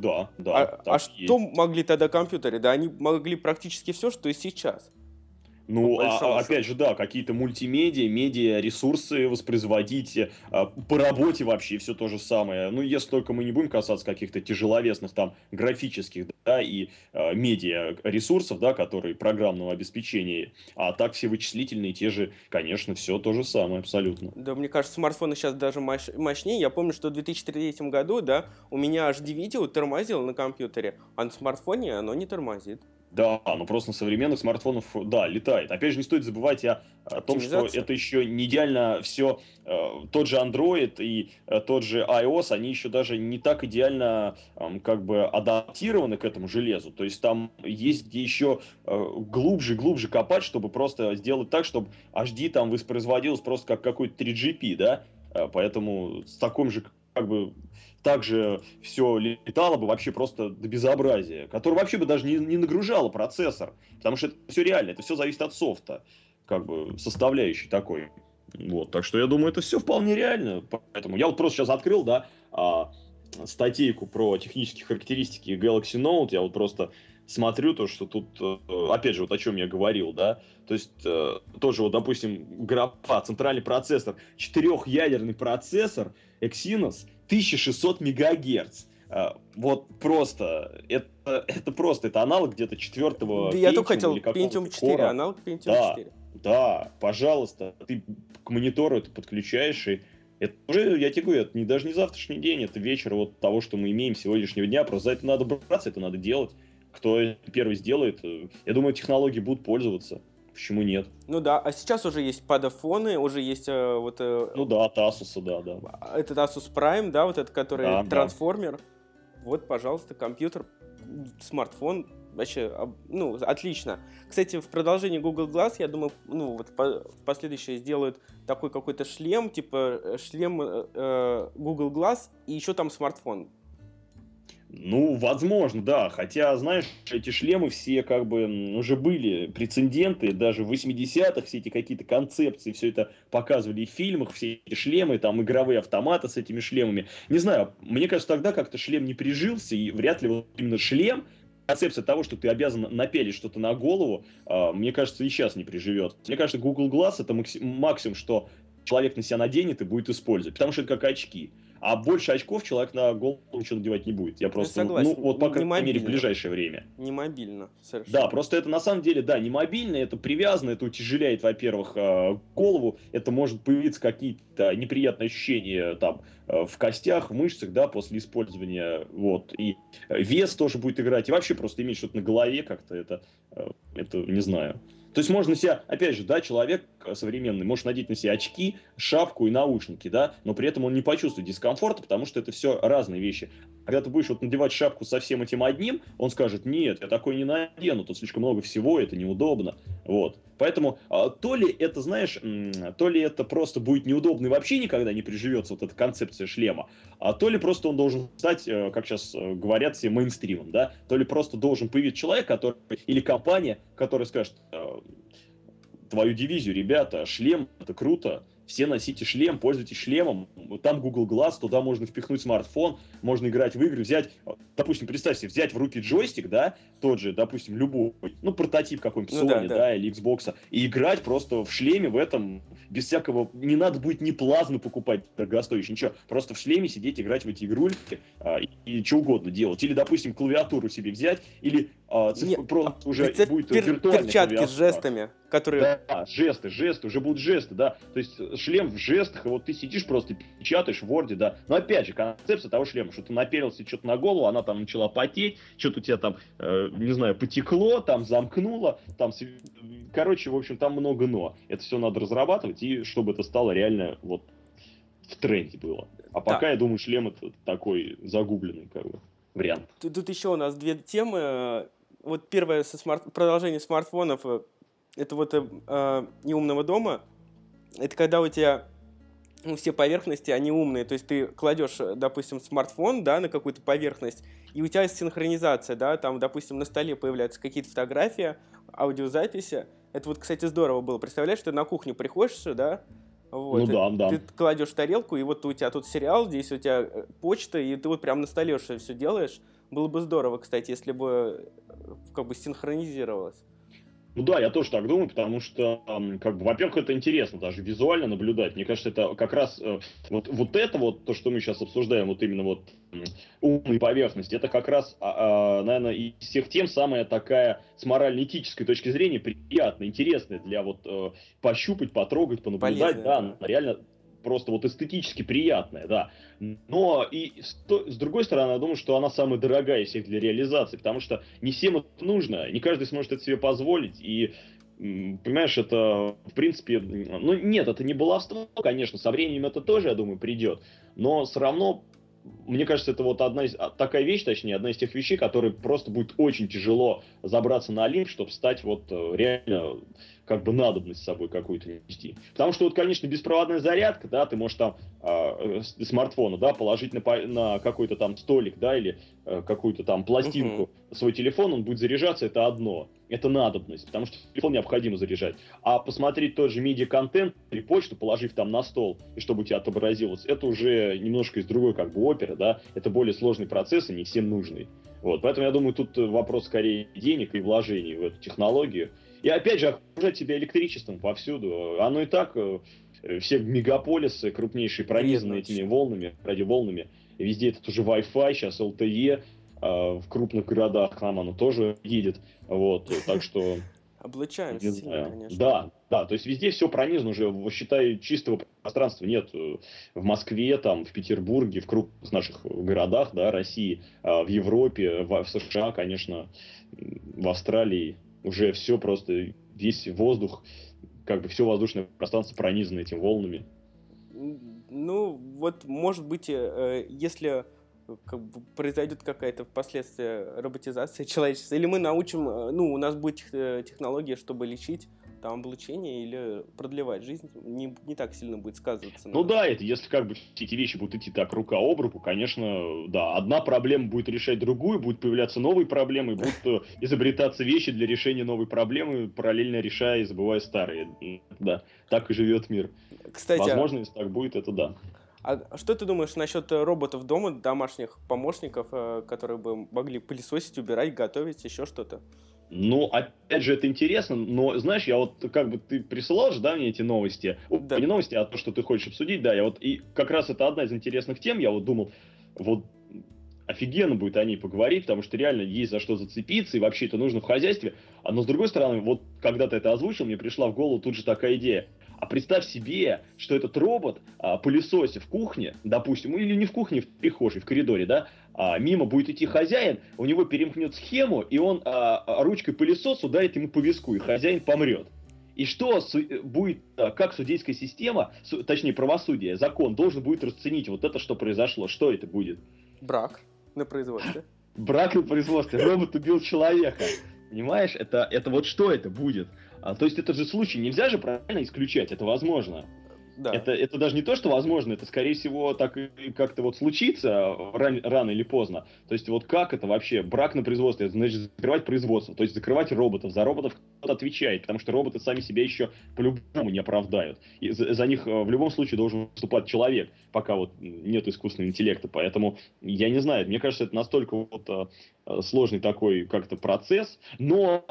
А что могли тогда компьютеры? Да, они могли практически все, что и сейчас. Ну, опять же, да, какие-то мультимедиа, медиа-ресурсы воспроизводить, по работе вообще все то же самое. Ну, если только мы не будем касаться каких-то тяжеловесных там графических, да, и медиа-ресурсов, да, которые программного обеспечения, а так все вычислительные, те же, конечно, все то же самое абсолютно. Да, мне кажется, смартфоны сейчас даже мощнее. Я помню, что в 2003 году, да, у меня HD-видео тормозило на компьютере, а на смартфоне оно не тормозит. Да, но просто на современных смартфонах, да, летает. Опять же, не стоит забывать о том, что это еще не идеально все. Тот же Android и тот же iOS, они еще даже не так идеально как бы адаптированы к этому железу. То есть там есть где еще глубже копать, чтобы просто сделать так, чтобы HD там воспроизводилось просто как какой-то 3GP, да? Поэтому с таким же как бы также все летало бы вообще просто до безобразия, которое вообще бы даже не нагружало процессор, потому что это все реально, это все зависит от софта, как бы составляющей такой. Вот, так что я думаю, это все вполне реально. Поэтому я вот просто сейчас открыл, да, статейку про технические характеристики Galaxy Note, я вот просто смотрю то, что тут, опять же, вот о чем я говорил, да, то есть тоже вот, допустим, графа, центральный процессор, 4-ядерный процессор Exynos, 1600 МГц. Вот просто, это аналог где-то 4-го. Да, я только хотел Pentium 4, аналог Pentium 4. Да, пожалуйста, ты к монитору это подключаешь, и это уже, я тебе говорю, это даже не завтрашний день, это вечер вот того, что мы имеем сегодняшнего дня, просто за это надо браться, это надо делать. Кто первый сделает, я думаю, технологии будут пользоваться. Почему нет? Ну да, а сейчас уже есть падафоны, уже есть вот... Ну да, от Asus, да. Этот Asus Prime, да, вот этот, который трансформер. Да. Вот, пожалуйста, компьютер, смартфон, вообще, ну, отлично. Кстати, в продолжении Google Glass, я думаю, ну, вот в последующее сделают такой какой-то шлем, типа шлем Google Glass, и еще там смартфон. Ну, возможно, да. Хотя, знаешь, эти шлемы все как бы уже были прецеденты. Даже в 80-х все эти какие-то концепции, все это показывали в фильмах, все эти шлемы, там игровые автоматы с этими шлемами. Не знаю, мне кажется, тогда как-то шлем не прижился, и вряд ли вот именно шлем, концепция того, что ты обязан напялить что-то на голову, мне кажется, и сейчас не приживет. Мне кажется, Google Glass — это максимум, что человек на себя наденет и будет использовать. Потому что это как очки. А больше очков человек на голову ничего надевать не будет. Я просто, согласен. вот по крайней мере, в мобильно. ближайшее время. Не мобильно, совершенно. Да, просто это на самом деле, да, не мобильно, это привязано, это утяжеляет, во-первых, голову, это может появиться какие-то неприятные ощущения там в костях, в мышцах, да, после использования, вот, и вес тоже будет играть, и вообще просто иметь что-то на голове как-то, это не знаю. То есть можно на себя, опять же, да, человек современный может надеть на себя очки, шапку и наушники, да, но при этом он не почувствует дискомфорта, потому что это все разные вещи. Когда ты будешь вот надевать шапку со всем этим одним, он скажет: нет, я такой не надену, тут слишком много всего, это неудобно. Вот. Поэтому то ли это, знаешь, то ли это просто будет неудобно и вообще никогда не приживется вот эта концепция шлема, а то ли просто он должен стать, как сейчас говорят все, мейнстримом, да, то ли просто должен появиться человек, который, или компания, которая скажет: твою дивизию, ребята, шлем, это круто, все носите шлем, пользуйтесь шлемом, там Google Glass, туда можно впихнуть смартфон, можно играть в игры, взять, допустим, представь себе, взять в руки джойстик, да, тот же, допустим, любой, прототип какой-нибудь Sony, да, или Xbox, и играть просто в шлеме в этом, без всякого, не надо будет ни плазмы покупать дорогостоящий, ничего, просто в шлеме сидеть, играть в эти игрульки и что угодно делать. Или, допустим, клавиатуру себе взять, или просто уже будет виртуальная перчатки с жестами, которые... Да, жесты, уже будут жесты, да, то есть шлем в жестах, и вот ты сидишь просто печатаешь в Word, да, но опять же, концепция того шлема, что ты наперился что-то на голову, она там начала потеть, что-то у тебя там, не знаю, потекло, там замкнуло, там, короче, в общем, там много но. Это все надо разрабатывать, и чтобы это стало реально вот в тренде было. А пока, я думаю, шлем это такой загубленный, как бы, вариант. Тут еще у нас две темы. Вот первое, продолжение смартфонов, это вот и умного дома. Это когда у тебя все поверхности, они умные. То есть ты кладешь, допустим, смартфон, да, на какую-то поверхность, и у тебя есть синхронизация, да, там, допустим, на столе появляются какие-то фотографии, аудиозаписи. Это вот, кстати, здорово было. Представляешь, ты на кухню приходишь, да, вот, да. Ты кладешь тарелку, и вот у тебя тут сериал, здесь у тебя почта, и ты вот прям на столе все делаешь. Было бы здорово, кстати, если бы как бы синхронизировалось. Да, я тоже так думаю, потому что, как бы, во-первых, это интересно даже визуально наблюдать. Мне кажется, это как раз вот это вот, то, что мы сейчас обсуждаем, вот именно вот умные поверхности, это как раз, наверное, из всех тем самая такая с морально-этической точки зрения приятная, интересная для вот пощупать, потрогать, понаблюдать, полезная, да, реально просто вот эстетически приятная, да. Но и с другой стороны, я думаю, что она самая дорогая из всех для реализации, потому что не всем это нужно, не каждый сможет это себе позволить, и понимаешь, это, в принципе, нет, это не баловство, конечно, со временем это тоже, я думаю, придет, но все равно, мне кажется, это вот такая вещь, точнее, одна из тех вещей, которые просто будет очень тяжело забраться на Олимп, чтобы стать вот реально как бы надобность с собой какую-то нести. Потому что вот, конечно, беспроводная зарядка, да, ты можешь там смартфона, да, положить на какой-то там столик, да, или какую-то там пластинку, свой телефон, он будет заряжаться, это одно. Это надобность, потому что телефон необходимо заряжать. А посмотреть тот же медиа-контент или почту, положив там на стол, и чтобы у тебя отобразилось, это уже немножко из другой как бы оперы, да, это более сложный процесс и не всем нужный. Вот, поэтому я думаю, тут вопрос скорее денег и вложений в эту технологию. И опять же, окружать себя электричеством повсюду. Оно и так, все мегаполисы крупнейшие пронизаны этими волнами, радиоволнами. Везде это тоже Wi-Fi, сейчас LTE, в крупных городах нам оно тоже едет. Вот, так что... Облучаемся сильно, конечно. Да, то есть везде все пронизано уже, считай, чистого пространства нет. В Москве, там, в Петербурге, в крупных наших городах, да, России, в Европе, в США, конечно, в Австралии уже все просто, весь воздух, как бы все воздушное пространство пронизано этими волнами. Ну, вот, может быть, если как бы произойдет какая-то впоследствии роботизация человечества, или мы научим, у нас будет технология, чтобы лечить там облучение или продлевать жизнь, не так сильно будет сказываться. Да, это если как бы все эти вещи будут идти так рука об руку, конечно, да, одна проблема будет решать другую, будут появляться новые проблемы, будут изобретаться вещи для решения новой проблемы, параллельно решая и забывая старые. Да, так и живет мир. Кстати, возможно, если так будет, это да. А что ты думаешь насчет роботов дома, домашних помощников, которые бы могли пылесосить, убирать, готовить, еще что-то? Ну, опять же, это интересно, но, знаешь, я вот, как бы, ты присылал же, да, мне эти новости, Да. не новости, а то, что ты хочешь обсудить, да, я вот, и как раз это одна из интересных тем, я вот думал, вот, офигенно будет о ней поговорить, потому что реально есть за что зацепиться, и вообще это нужно в хозяйстве, но, с другой стороны, вот, когда ты это озвучил, мне пришла в голову тут же такая идея, а представь себе, что этот робот пылесосит в кухне, допустим, или не в кухне, в прихожей, в коридоре, да, мимо будет идти хозяин, у него перемкнет схему, и он ручкой пылесос ударит ему по виску, и хозяин помрет. И что будет, как судейская система, точнее правосудие, закон должен будет расценить вот это, что произошло, что это будет? Брак на производстве. Брак на производстве, робот убил человека. Понимаешь, это вот что это будет? То есть это же случай, нельзя же правильно исключать, это возможно. Да. Это даже не то, что возможно, это, скорее всего, так и как-то вот случится рано или поздно. То есть вот как это вообще? Брак на производстве, это значит закрывать производство, то есть закрывать роботов. За роботов кто-то отвечает, потому что роботы сами себя еще по-любому не оправдают. И за них в любом случае должен выступать человек, пока вот нет искусственного интеллекта. Поэтому я не знаю, мне кажется, это настолько вот сложный такой как-то процесс, но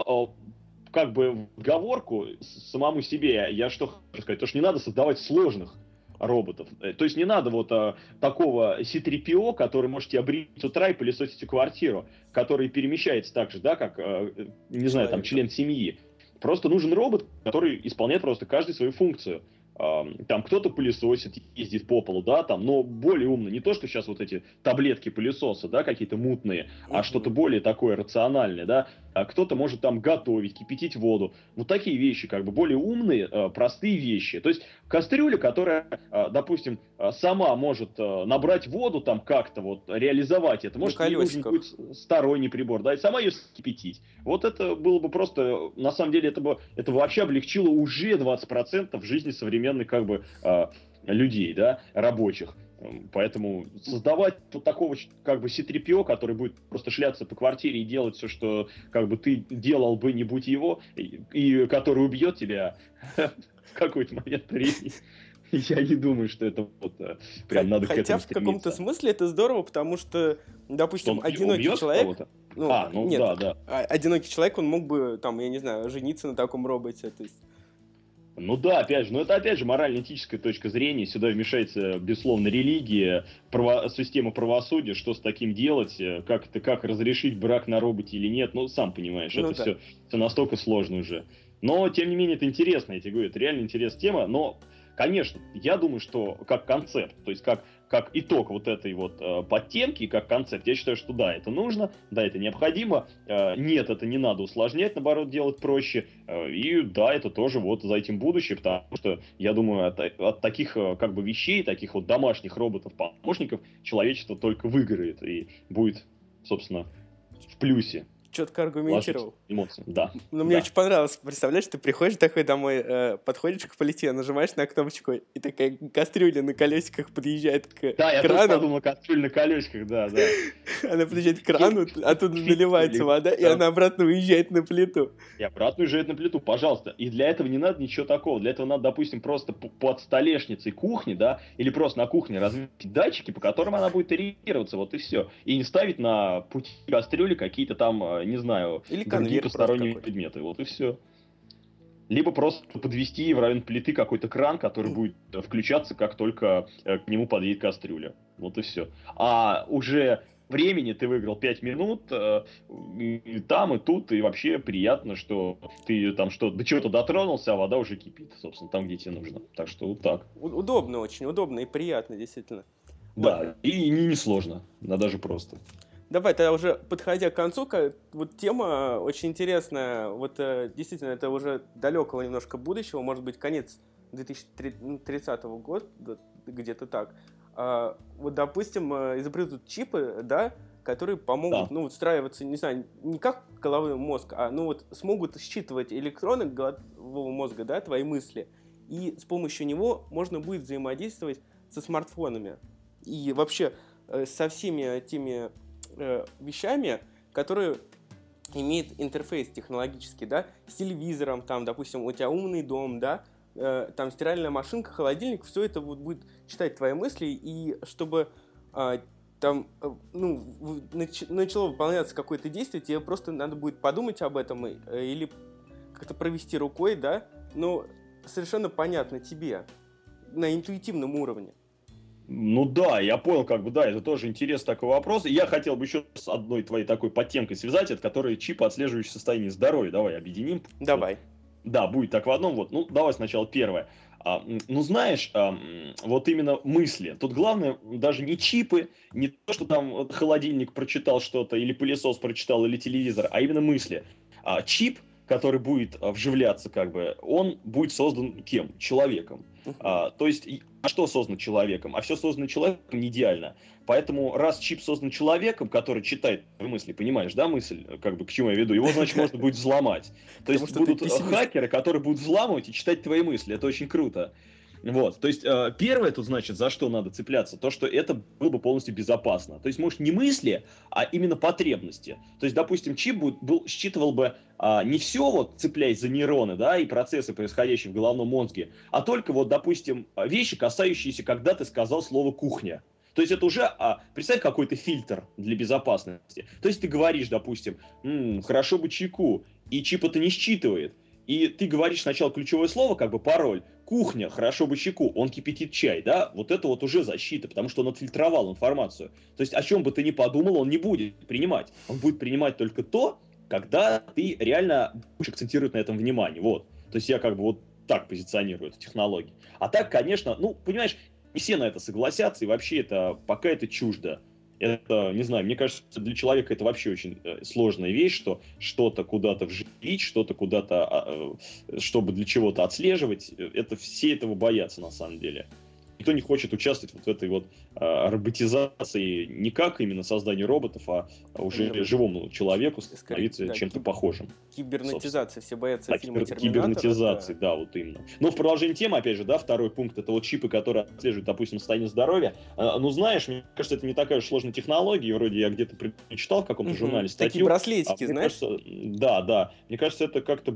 как бы в отговорку самому себе, я что хочу сказать, то, что не надо создавать сложных роботов. То есть не надо вот такого C-3PO, который можете обрить с утра и пылесосить всю квартиру, который перемещается так же, да, как, не знаю, там, член семьи. Просто нужен робот, который исполняет просто каждую свою функцию. Там кто-то пылесосит, ездит по полу, да, там, но более умно. Не то, что сейчас вот эти таблетки пылесоса, да, какие-то мутные, а что-то более такое рациональное, да. А кто-то может там готовить, кипятить воду. Вот такие вещи, как бы более умные, простые вещи. То есть кастрюля, которая, допустим, сама может набрать воду там как-то, вот, реализовать это. Может, ей нужен будет сторонний прибор, да, и сама ее кипятить. Вот это было бы просто, на самом деле, это вообще облегчило уже 20% жизни современных, как бы, людей, да, рабочих. Поэтому создавать вот такого как бы C-3PO, который будет просто шляться по квартире и делать все, что как бы ты делал бы, не будь его, и который убьет тебя в какой-то момент времени. Я не думаю, что это вот прям надо к этому стремиться. Хотя в каком-то смысле это здорово, потому что, допустим, одинокий человек... Нет, да. Одинокий человек, он мог бы, там, я не знаю, жениться на таком роботе, то есть... Ну да, опять же, но это опять же морально-этическая точка зрения, сюда вмешается, безусловно, религия, система правосудия, что с таким делать, как разрешить брак на роботе или нет, ну, сам понимаешь, это все настолько сложно уже. Но, тем не менее, это интересно, я тебе говорю, это реально интересная тема, но, конечно, я думаю, что как концепт, то есть как итог вот этой вот подтемки, как концепт, я считаю, что да, это нужно, да, это необходимо, нет, это не надо усложнять, наоборот, делать проще, и да, это тоже вот за этим будущее, потому что, я думаю, от таких как бы вещей, таких вот домашних роботов-помощников человечество только выиграет и будет, собственно, в плюсе. Четко аргументировал. Эмоции, да. Но мне очень понравилось. Представляешь, ты приходишь такой домой, подходишь к плите, нажимаешь на кнопочку, и такая кастрюля на колесиках подъезжает к крану. Да, я тоже подумал, кастрюля на колесиках, да. Она подъезжает к крану, оттуда наливается вода, и она обратно уезжает на плиту. И обратно уезжает на плиту, пожалуйста. И для этого не надо ничего такого. Для этого надо, допустим, просто под столешницей кухни, да, или просто на кухне развить датчики, по которым она будет ориентироваться, вот и все. И не ставить на пути кастрюли какие-то там, не знаю, или другие посторонние предметы. Вот и все. Либо просто подвести в район плиты какой-то кран, который будет включаться, как только к нему подъедет кастрюля. Вот и все. А уже времени ты выиграл 5 минут, и там, и тут, и вообще приятно, что ты там до чего-то дотронулся, а вода уже кипит, собственно, там, где тебе нужно. Так что вот так. Удобно очень, удобно и приятно, действительно. Да, и не сложно, а даже просто. Давай, тогда уже подходя к концу, вот тема очень интересная, вот действительно, это уже далекого немножко будущего, может быть, конец 2030 года, где-то так. Вот, допустим, изобретут чипы, да, которые помогут, встраиваться, не знаю, не как головной мозг, а, смогут считывать электроны головного мозга, да, твои мысли, и с помощью него можно будет взаимодействовать со смартфонами. И вообще со всеми теми вещами, которые имеют интерфейс технологический, да, с телевизором, там, допустим, у тебя умный дом, да, там стиральная машинка, холодильник, все это вот будет читать твои мысли, и чтобы там, начало выполняться какое-то действие, тебе просто надо будет подумать об этом или как-то провести рукой, да, но совершенно понятно тебе, на интуитивном уровне. Ну да, я понял, да, это тоже интересный такой вопрос. И я хотел бы еще с одной твоей такой подтемкой связать, это который чип, отслеживающий состояние здоровья. Давай объединим. Давай. Да, будет так в одном. Давай сначала первое. Знаешь, вот именно мысли. Тут главное даже не чипы, не то, что там холодильник прочитал что-то, или пылесос прочитал, или телевизор, а именно мысли. Чип, который будет вживляться, он будет создан кем? Человеком. То есть, что создано человеком? А все создано человеком не идеально. Поэтому, раз чип создан человеком, который читает твои мысли, понимаешь, да, мысль, к чему я веду, его, значит, можно будет взломать. То есть, будут хакеры, которые будут взламывать и читать твои мысли. Это очень круто. Вот, то есть, первое тут, значит, за что надо цепляться, то, что это было бы полностью безопасно. То есть, может, не мысли, а именно потребности. То есть, допустим, чип считывал бы не все, цепляясь за нейроны, да, и процессы, происходящие в головном мозге, а только, допустим, вещи, касающиеся, когда ты сказал слово «кухня». То есть это уже, представь, какой-то фильтр для безопасности. То есть ты говоришь, допустим, хорошо бы чайку, и чип это не считывает. И ты говоришь сначала ключевое слово, пароль, кухня, хорошо бы чайку, он кипятит чай, да, вот это уже защита, потому что он отфильтровал информацию. То есть о чем бы ты ни подумал, он не будет принимать. Он будет принимать только то, когда ты реально будешь акцентировать на этом внимание, вот. То есть я так позиционирую эту технологию. А так, конечно, понимаешь, не все на это согласятся, и вообще пока это чуждо. Это, не знаю, мне кажется, для человека это вообще очень сложная вещь, что что-то куда-то вживить, что-то куда-то, чтобы для чего-то отслеживать. Все этого боятся на самом деле. Никто не хочет участвовать в этой роботизации не как именно созданию роботов, а уже живому человеку становиться чем-то похожим. Кибернетизация, все боятся фильма «Терминатор». Кибернетизации, да, вот именно. Но в продолжении темы, опять же, да, второй пункт, это чипы, которые отслеживают, допустим, состояние здоровья. Знаешь, мне кажется, это не такая уж сложная технология, вроде я где-то прочитал в каком-то журнале статью. Такие браслетики, знаешь? Кажется, да. Мне кажется, это как-то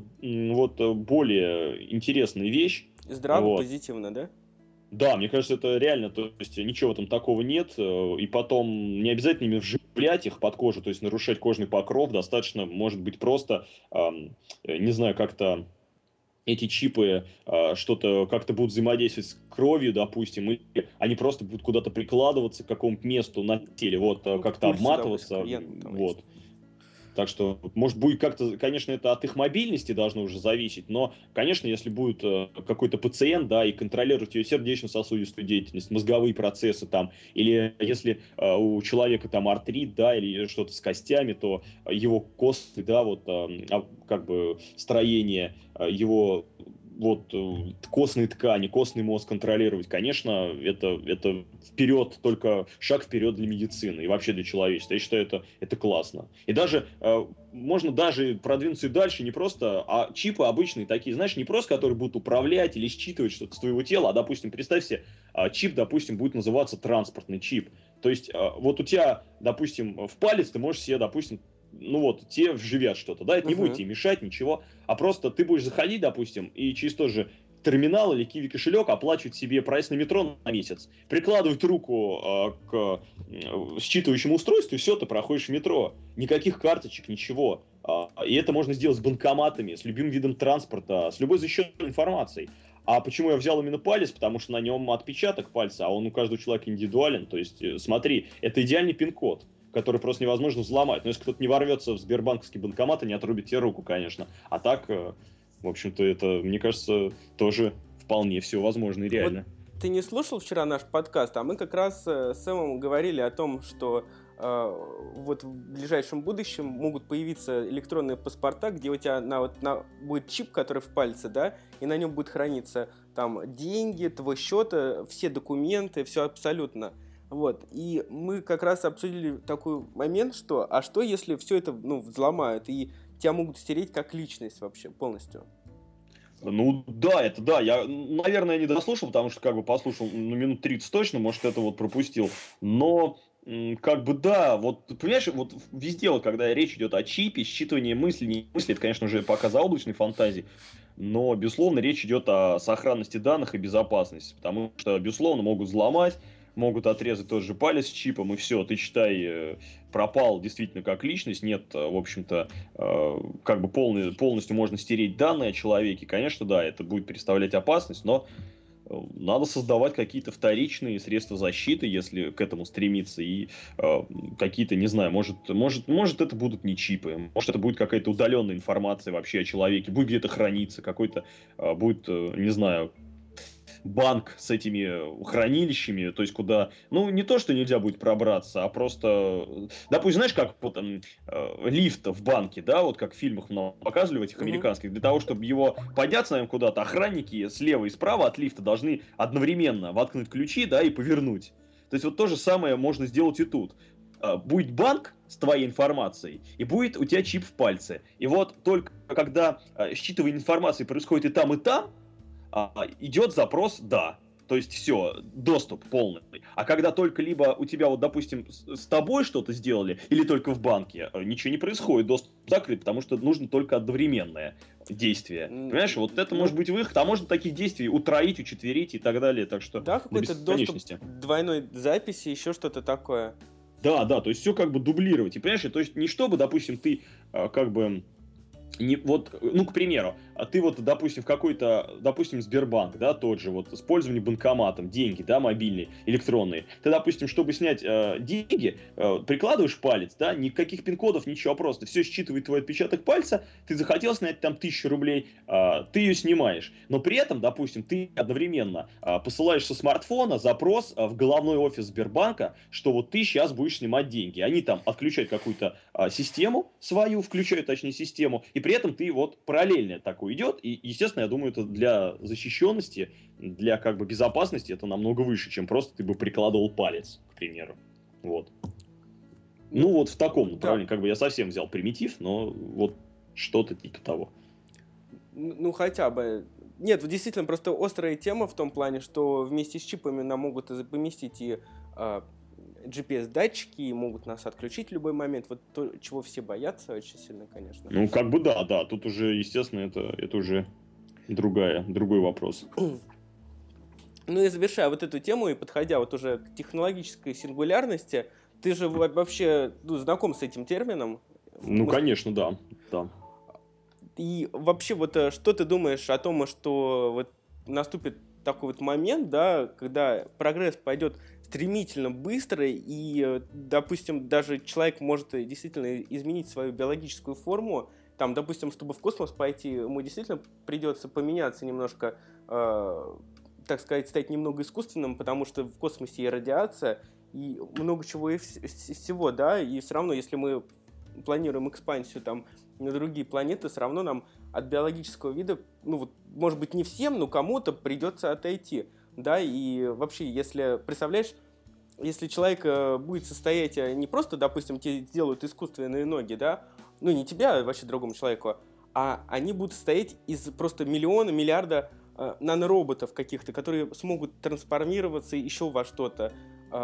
более интересная вещь. Здраво, позитивно, да? Да, мне кажется, это реально, то есть ничего там такого нет, и потом не обязательно именно вживлять их под кожу, то есть нарушать кожный покров, достаточно, может быть, просто, не знаю, как-то эти чипы что-то как-то будут взаимодействовать с кровью, допустим, и они просто будут куда-то прикладываться к какому-то месту на теле, как-то обматываться, вот. Так что, может, будет как-то, конечно, это от их мобильности должно уже зависеть, но, конечно, если будет какой-то пациент, да, и контролировать ее сердечно-сосудистую деятельность, мозговые процессы там, или если у человека там артрит, да, или что-то с костями, то его кости, да, строение, его костные ткани, костный мозг контролировать, конечно, это вперед, только шаг вперед для медицины и вообще для человечества. Я считаю, это классно. И даже можно даже продвинуться и дальше, не просто, а чипы обычные такие, знаешь, не просто, которые будут управлять или считывать что-то с твоего тела, а, допустим, представь себе, чип, допустим, будет называться транспортный чип. То есть у тебя, допустим, в палец ты можешь себе, допустим, тебе вживят что-то, да, это не будет тебе мешать, ничего, а просто ты будешь заходить, допустим, и через тот же терминал или киви кошелек оплачивать себе проезд на метро на месяц, прикладывать руку к считывающему устройству, и все, ты проходишь в метро, никаких карточек, ничего, и это можно сделать с банкоматами, с любым видом транспорта, с любой защищенной информацией. А почему я взял именно палец? Потому что на нем отпечаток пальца, а он у каждого человека индивидуален, то есть, смотри, это идеальный пин-код, который просто невозможно взломать. Но если кто-то не ворвется в сбербанковский банкомат и не отрубит тебе руку, конечно. А так, в общем-то, это, мне кажется, тоже вполне все возможно и реально. Вот ты не слушал вчера наш подкаст, а мы как раз с Сэмом говорили о том, что в ближайшем будущем могут появиться электронные паспорта, где у тебя будет чип, который в пальце, да, и на нем будет храниться там деньги, твой счет, все документы, все абсолютно. Вот, и мы как раз обсудили такой момент, что если все это, взломают, и тебя могут стереть как личность вообще полностью? Это да, я, наверное, не дослушал, потому что послушал, минут 30 точно, может, это пропустил, но, да, понимаешь, везде, когда речь идет о чипе, считывании мыслей, не мыслей, это, конечно, уже пока заоблачной фантазии, но, безусловно, речь идет о сохранности данных и безопасности, потому что, безусловно, могут взломать, могут отрезать тот же палец с чипом, и все, ты, считай, пропал действительно как личность, нет, в общем-то, как бы полностью можно стереть данные о человеке. Конечно, да, это будет представлять опасность, но надо создавать какие-то вторичные средства защиты, если к этому стремиться, и какие-то, не знаю, может это будут не чипы, может это будет какая-то удаленная информация вообще о человеке, будет где-то храниться, какой-то будет, не знаю, банк с этими хранилищами, то есть куда, ну, не то, что нельзя будет пробраться, а просто, допустим, знаешь, как вот лифт в банке, да, вот как в фильмах много показывали в этих американских, для того, чтобы его подняться, наверное, куда-то, охранники слева и справа от лифта должны одновременно воткнуть ключи, да, и повернуть. То есть вот то же самое можно сделать и тут. Будет банк с твоей информацией, и будет у тебя чип в пальце. И вот только когда считывание информации происходит и там, идет запрос «да». То есть все, доступ полный. А когда только либо у тебя, вот, допустим, с тобой что-то сделали, или только в банке, ничего не происходит, доступ закрыт, потому что нужно только одновременное действие. Понимаешь, вот это может быть выход, а можно таких действий утроить, учетверить и так далее. Так что да, какой-то доступ двойной записи, еще что-то такое. Да, то есть все как бы дублировать. И понимаешь, то есть не чтобы, допустим, ты как бы... Не, вот, ну, к примеру, ты вот, допустим, в какой-то, допустим, Сбербанк, да, тот же, вот, использование банкоматом, деньги, да, мобильные, электронные. Ты, допустим, чтобы снять деньги, прикладываешь палец, да, никаких пин-кодов, ничего, просто все считывает твой отпечаток пальца, ты захотел снять там 1000 рублей, ты ее снимаешь. Но при этом, допустим, ты одновременно посылаешь со смартфона запрос в головной офис Сбербанка, что вот ты сейчас будешь снимать деньги. Они там отключают какую-то систему свою, включают, точнее, систему, и при этом ты вот параллельно такой идет, и, естественно, я думаю, это для защищенности, для как бы безопасности это намного выше, чем просто ты бы прикладывал палец, к примеру. Вот. Ну вот в таком направлении, как бы я совсем взял примитив, но вот что-то типа того. Ну хотя бы. Нет, действительно, просто острая тема в том плане, что вместе с чипами нам могут поместить и GPS-датчики, могут нас отключить в любой момент. Вот то, чего все боятся очень сильно, конечно. Ну, как бы да. Тут уже, естественно, это уже другой вопрос. Ну и завершая вот эту тему и подходя вот уже к технологической сингулярности, ты же вообще знаком с этим термином? Ну, конечно, да. И вообще вот что ты думаешь о том, что вот наступит такой вот момент, да, когда прогресс пойдет стремительно быстро, и, допустим, даже человек может действительно изменить свою биологическую форму, там, допустим, чтобы в космос пойти, ему действительно придется поменяться немножко, так сказать, стать немного искусственным, потому что в космосе и радиация, и много чего и всего, да, и все равно, если мы планируем экспансию там на другие планеты, все равно нам от биологического вида, ну вот, может быть, не всем, но кому-то придется отойти, да, и вообще, если, представляешь, если человек будет состоять не просто, допустим, тебе сделают искусственные ноги, да, ну не тебя, а вообще другому человеку, а они будут состоять из просто миллиарда нанороботов каких-то, которые смогут трансформироваться еще во что-то.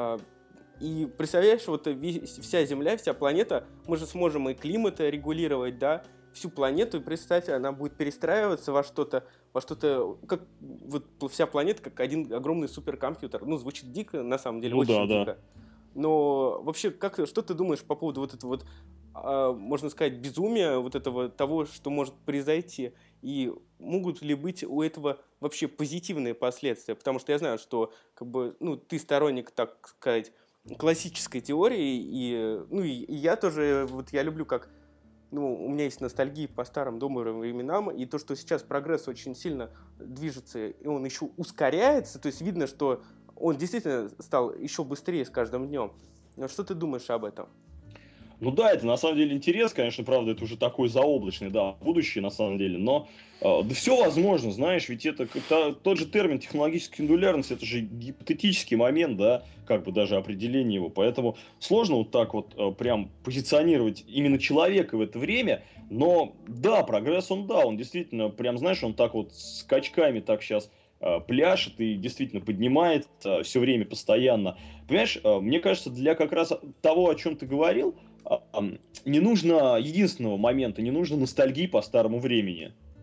И представляешь, вот вся Земля, вся планета, мы же сможем и климат регулировать, да, всю планету, и представь, она будет перестраиваться во что-то, как вот вся планета, как один огромный суперкомпьютер. Ну, звучит дико, на самом деле, очень дико. Но вообще, что ты думаешь по поводу вот этого вот, можно сказать, безумия, вот этого того, что может произойти? И могут ли быть у этого вообще позитивные последствия? Потому что я знаю, что как бы, ну, ты сторонник, так сказать, классической теории, и я тоже, вот я люблю, как, ну, у меня есть ностальгия по старым добрым временам, и то, что сейчас прогресс очень сильно движется, и он еще ускоряется, то есть видно, что он действительно стал еще быстрее с каждым днем. Но что ты думаешь об этом? Ну да, это на самом деле интерес, конечно, правда, это уже такой заоблачный, да, будущее на самом деле, но да все возможно, знаешь, ведь это тот же термин технологическая сингулярность, это же гипотетический момент, да, как бы даже определение его, поэтому сложно вот так вот прям позиционировать именно человека в это время, но да, прогресс он действительно, прям, знаешь, он так вот скачками так сейчас пляшет и действительно поднимает все время, постоянно. Понимаешь, мне кажется, для как раз того, о чем ты говорил, не нужно единственного момента, не нужно ностальгии по старому времени.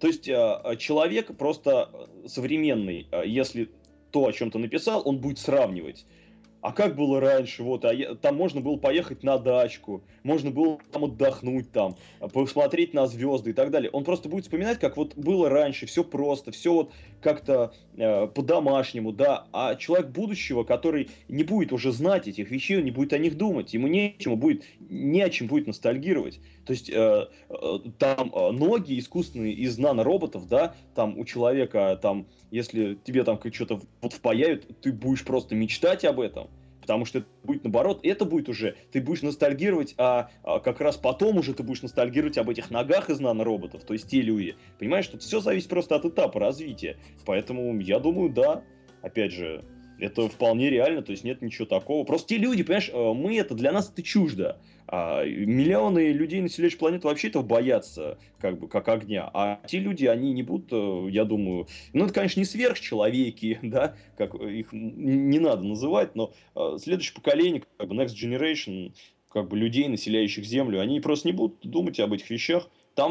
То есть человек просто современный, если то, о чем ты написал, он будет сравнивать. А как было раньше, вот, там можно было поехать на дачку, можно было там отдохнуть, там, посмотреть на звезды и так далее. Он просто будет вспоминать, как вот было раньше, все просто, все вот как-то по-домашнему, да. А человек будущего, который не будет уже знать этих вещей, он не будет о них думать, ему не о чем будет ностальгировать. То есть там ноги искусственные из нанороботов, да, там у человека, там, если тебе там что-то вот впаяют, ты будешь просто мечтать об этом. Потому что это будет наоборот, это будет уже, ты будешь ностальгировать, как раз потом уже ты будешь ностальгировать об этих ногах из нанороботов, то есть те люди. Понимаешь, тут все зависит просто от этапа развития. Поэтому я думаю, да, опять же, это вполне реально, то есть нет ничего такого. Просто те люди, понимаешь, для нас это чуждо. Миллионы людей, населяющих планету, вообще этого боятся, как бы, как огня. А те люди, они не будут, я думаю... Ну, это, конечно, не сверхчеловеки, да, как их не надо называть, но следующее поколение, как бы, Next Generation, как бы, людей, населяющих Землю, они просто не будут думать об этих вещах.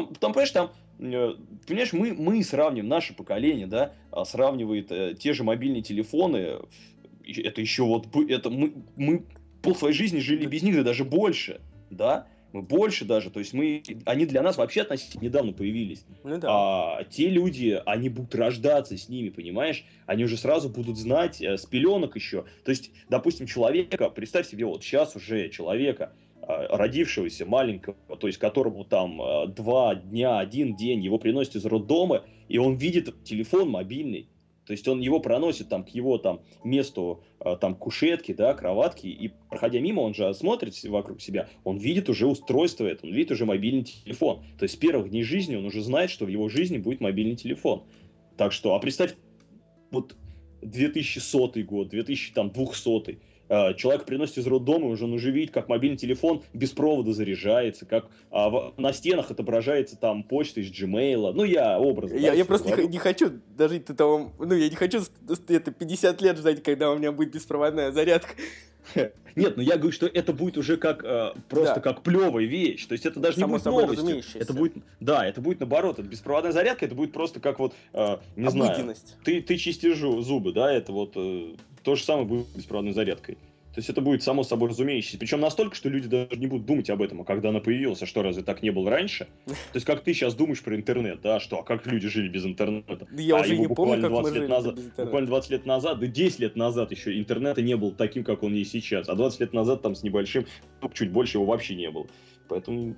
Понимаешь, мы сравним, наше поколение, да, сравнивает те же мобильные телефоны, это еще вот, это мы пол своей жизни жили без них, да даже больше, да, мы больше даже, то есть они для нас вообще относительно недавно появились. Ну да. А те люди, они будут рождаться с ними, понимаешь? Они уже сразу будут знать с пеленок еще. То есть, допустим, человека, представь себе, вот сейчас уже человека, родившегося маленького, то есть которому там 2 дня, 1 день, его приносят из роддома, и он видит телефон мобильный. То есть он его проносит там к его там месту там кушетки, да, кроватки, и проходя мимо, он же смотрит вокруг себя, он видит уже устройство это, он видит уже мобильный телефон. То есть с первых дней жизни он уже знает, что в его жизни будет мобильный телефон. Так что, а представь, вот 2100 год, 2200 человек приносит из роддома, уже он уже видит, как мобильный телефон без провода заряжается, как на стенах отображается там почта из Gmail. Ну, я образно. Я просто не хочу дожить до того... Ну, я не хочу это 50 лет ждать, когда у меня будет беспроводная зарядка. Нет, ну я говорю, что это будет уже как просто как плевая вещь. То есть это даже не будет новостью. Это будет, да, это будет наоборот. Это беспроводная зарядка, это будет просто как вот, не знаю, ты чистишь зубы, да, это вот то же самое будет с беспроводной зарядкой. То есть это будет само собой разумеющееся. Причем настолько, что люди даже не будут думать об этом, а когда она появилась, а что, разве так не было раньше? То есть как ты сейчас думаешь про интернет, да, что, а как люди жили без интернета? Да я уже не помню, как мы жили без интернета. Буквально 20 лет назад, да 10 лет назад еще интернета не был таким, как он есть сейчас. А 20 лет назад там с небольшим, чуть больше его вообще не было. Поэтому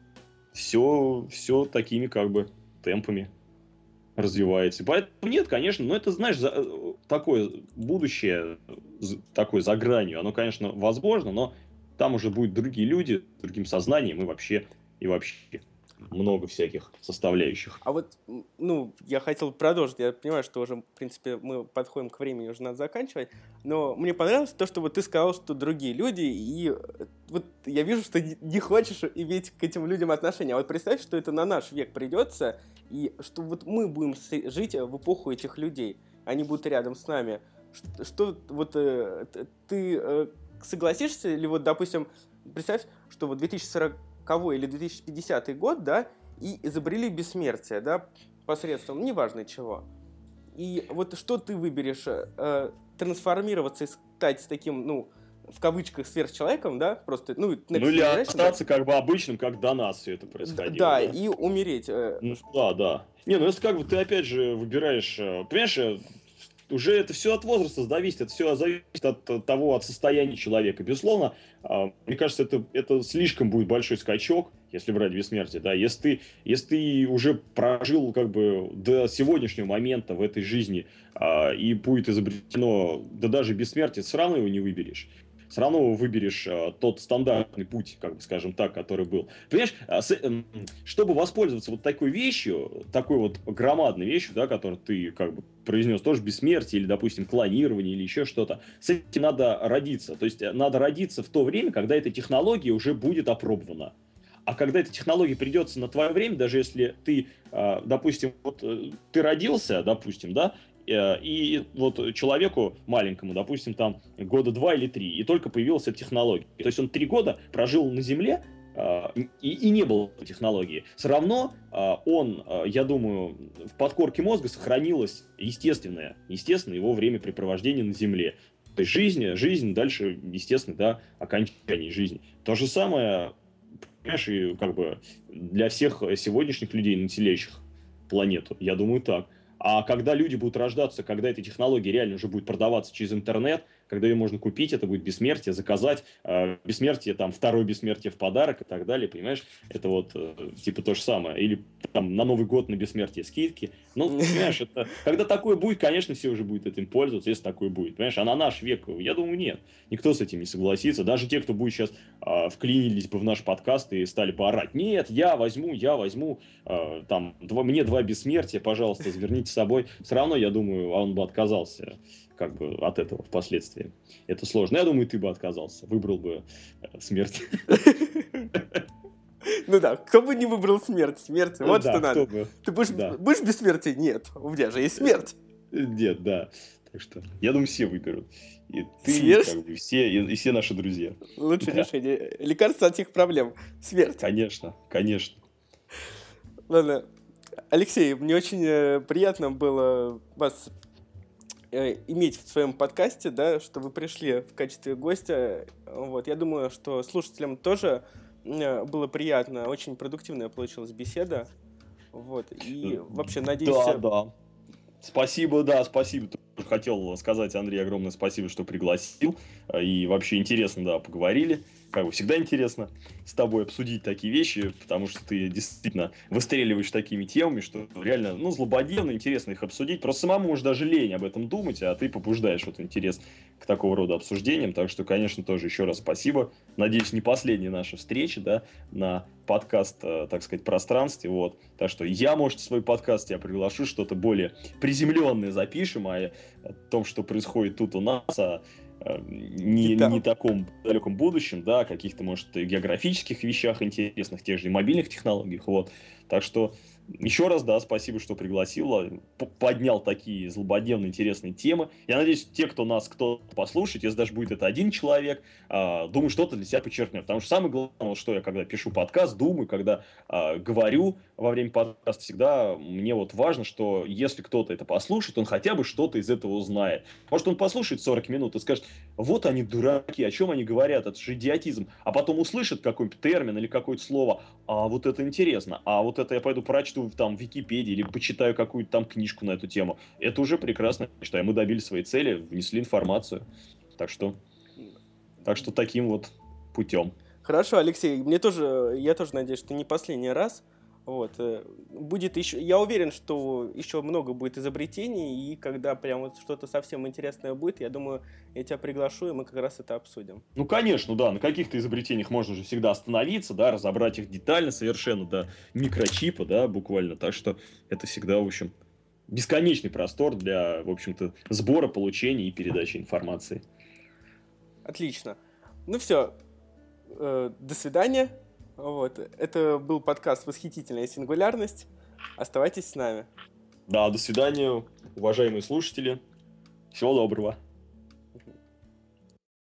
все такими как бы темпами развивается. Поэтому нет, конечно, но это, знаешь, такое будущее, такое за гранью, оно, конечно, возможно, но там уже будут другие люди, с другим сознанием и вообще много всяких составляющих. А вот, ну, я хотел продолжить, я понимаю, что уже, в принципе, мы подходим к времени, уже надо заканчивать, но мне понравилось то, что вот ты сказал, что другие люди, и вот я вижу, что не хочешь иметь к этим людям отношения, а вот представь, что это на наш век придется, и что вот мы будем жить в эпоху этих людей, они будут рядом с нами. Что вот ты согласишься, или вот, допустим, представь, что вот 2040 или 2050 год, да, и изобрели бессмертие, да, посредством, неважно чего. И вот что ты выберешь, трансформироваться и стать таким, ну, в кавычках, сверхчеловеком, да, просто, ну или остаться как бы обычным, как до нас все это происходило. Да, и умереть. Да. Не, ну если как бы ты опять же выбираешь, понимаешь, уже это все от возраста зависит, это все зависит от того, от состояния человека. Безусловно, мне кажется, это слишком будет большой скачок, если брать бессмертие, да, если ты уже прожил как бы до сегодняшнего момента в этой жизни, и будет изобретено, да даже бессмертие, все равно его не выберешь. Все равно выберешь тот стандартный путь, как бы скажем так, который был. Понимаешь, чтобы воспользоваться вот такой вещью, такой вот громадной вещью, да, которую ты как бы произнес, тоже бессмертие или, допустим, клонирование или еще что-то, с этим надо родиться. То есть надо родиться в то время, когда эта технология уже будет опробована. А когда эта технология придется на твое время, даже если ты, допустим, вот ты родился, допустим, да, и вот человеку маленькому, допустим, там года 2 или 3, и только появилась эта технология. То есть он 3 года прожил на Земле, и не было технологии. Все равно я думаю, в подкорке мозга сохранилось естественное его времяпрепровождение на Земле. То есть жизнь дальше, естественно, да, окончание жизни. То же самое, понимаешь, и как бы для всех сегодняшних людей, населяющих планету. Я думаю, так. А когда люди будут рождаться, когда эта технология реально уже будет продаваться через интернет, когда ее можно купить, это будет бессмертие, заказать бессмертие, там, второе бессмертие в подарок и так далее, понимаешь? Это вот типа то же самое. Или там на Новый год на бессмертие скидки. Ну, понимаешь, это, когда такое будет, конечно, все уже будут этим пользоваться, если такое будет, понимаешь? А на наш век, я думаю, нет. Никто с этим не согласится. Даже те, кто будет сейчас вклинились бы в наш подкаст и стали бы орать: нет, я возьму, там, мне 2 бессмертия, пожалуйста, заверните с собой. Все равно, я думаю, он бы отказался как бы от этого впоследствии. Это сложно. Я думаю, ты бы отказался. Выбрал бы смерть. Ну да, кто бы не выбрал смерть? Смерть, вот что надо. Ты будешь бессмертие? Нет, у меня же есть смерть. Нет, да. Так что, я думаю, все выберут. И ты, как бы, и все наши друзья. Лучшее решение. Лекарство от всех проблем. Смерть. Конечно. Ладно. Алексей, мне очень приятно было вас иметь в своем подкасте, да, что вы пришли в качестве гостя. Вот. Я думаю, что слушателям тоже было приятно. Очень продуктивная получилась беседа. Вот. И вообще, надеюсь... Да. Спасибо. Хотел сказать, Андрей, огромное спасибо, что пригласил. И вообще интересно, да, поговорили. Как бы всегда интересно с тобой обсудить такие вещи, потому что ты действительно выстреливаешь такими темами, что реально, злободневно, интересно их обсудить. Просто самому может даже лень об этом думать, а ты побуждаешь вот интерес к такого рода обсуждениям. Так что, конечно, тоже еще раз спасибо. Надеюсь, не последняя наша встреча, да, на подкаст, так сказать, пространстве. Вот. Так что может, в свой подкаст я приглашу, что-то более приземленное запишем о том, что происходит тут у нас, не таком далеком будущем, да, каких-то, может, географических вещах интересных, тех же мобильных технологиях, вот. Так что еще раз, да, спасибо, что пригласил, поднял такие злободневные, интересные темы. Я надеюсь, те, кто послушает, если даже будет это один человек, думаю, что-то для себя подчеркнет. Потому что самое главное, что я, когда пишу подкаст, думаю, когда говорю во время подкаста, всегда мне вот важно, что если кто-то это послушает, он хотя бы что-то из этого узнает. Может, он послушает 40 минут и скажет: вот они дураки, о чем они говорят, это же идиотизм. А потом услышит какой-то термин или какое-то слово: а вот это интересно, а вот это я пойду прочту там в Википедии или почитаю какую-то там книжку на эту тему. Это уже прекрасно, я считаю. Мы добились своей цели, внесли информацию. Так что таким вот путем. Хорошо, Алексей, я тоже надеюсь, что не последний раз. Вот. Будет еще, я уверен, что еще много будет изобретений, и когда прям вот что-то совсем интересное будет, я думаю, я тебя приглашу, и мы как раз это обсудим. Ну, конечно, да, на каких-то изобретениях можно же всегда остановиться, да, разобрать их детально совершенно, до микрочипа, да, буквально. Так что это всегда, в общем, бесконечный простор для, в общем-то, сбора, получения и передачи информации. Отлично. Ну все, до свидания. Вот. Это был подкаст «Восхитительная сингулярность». Оставайтесь с нами. Да, до свидания, уважаемые слушатели. Всего доброго.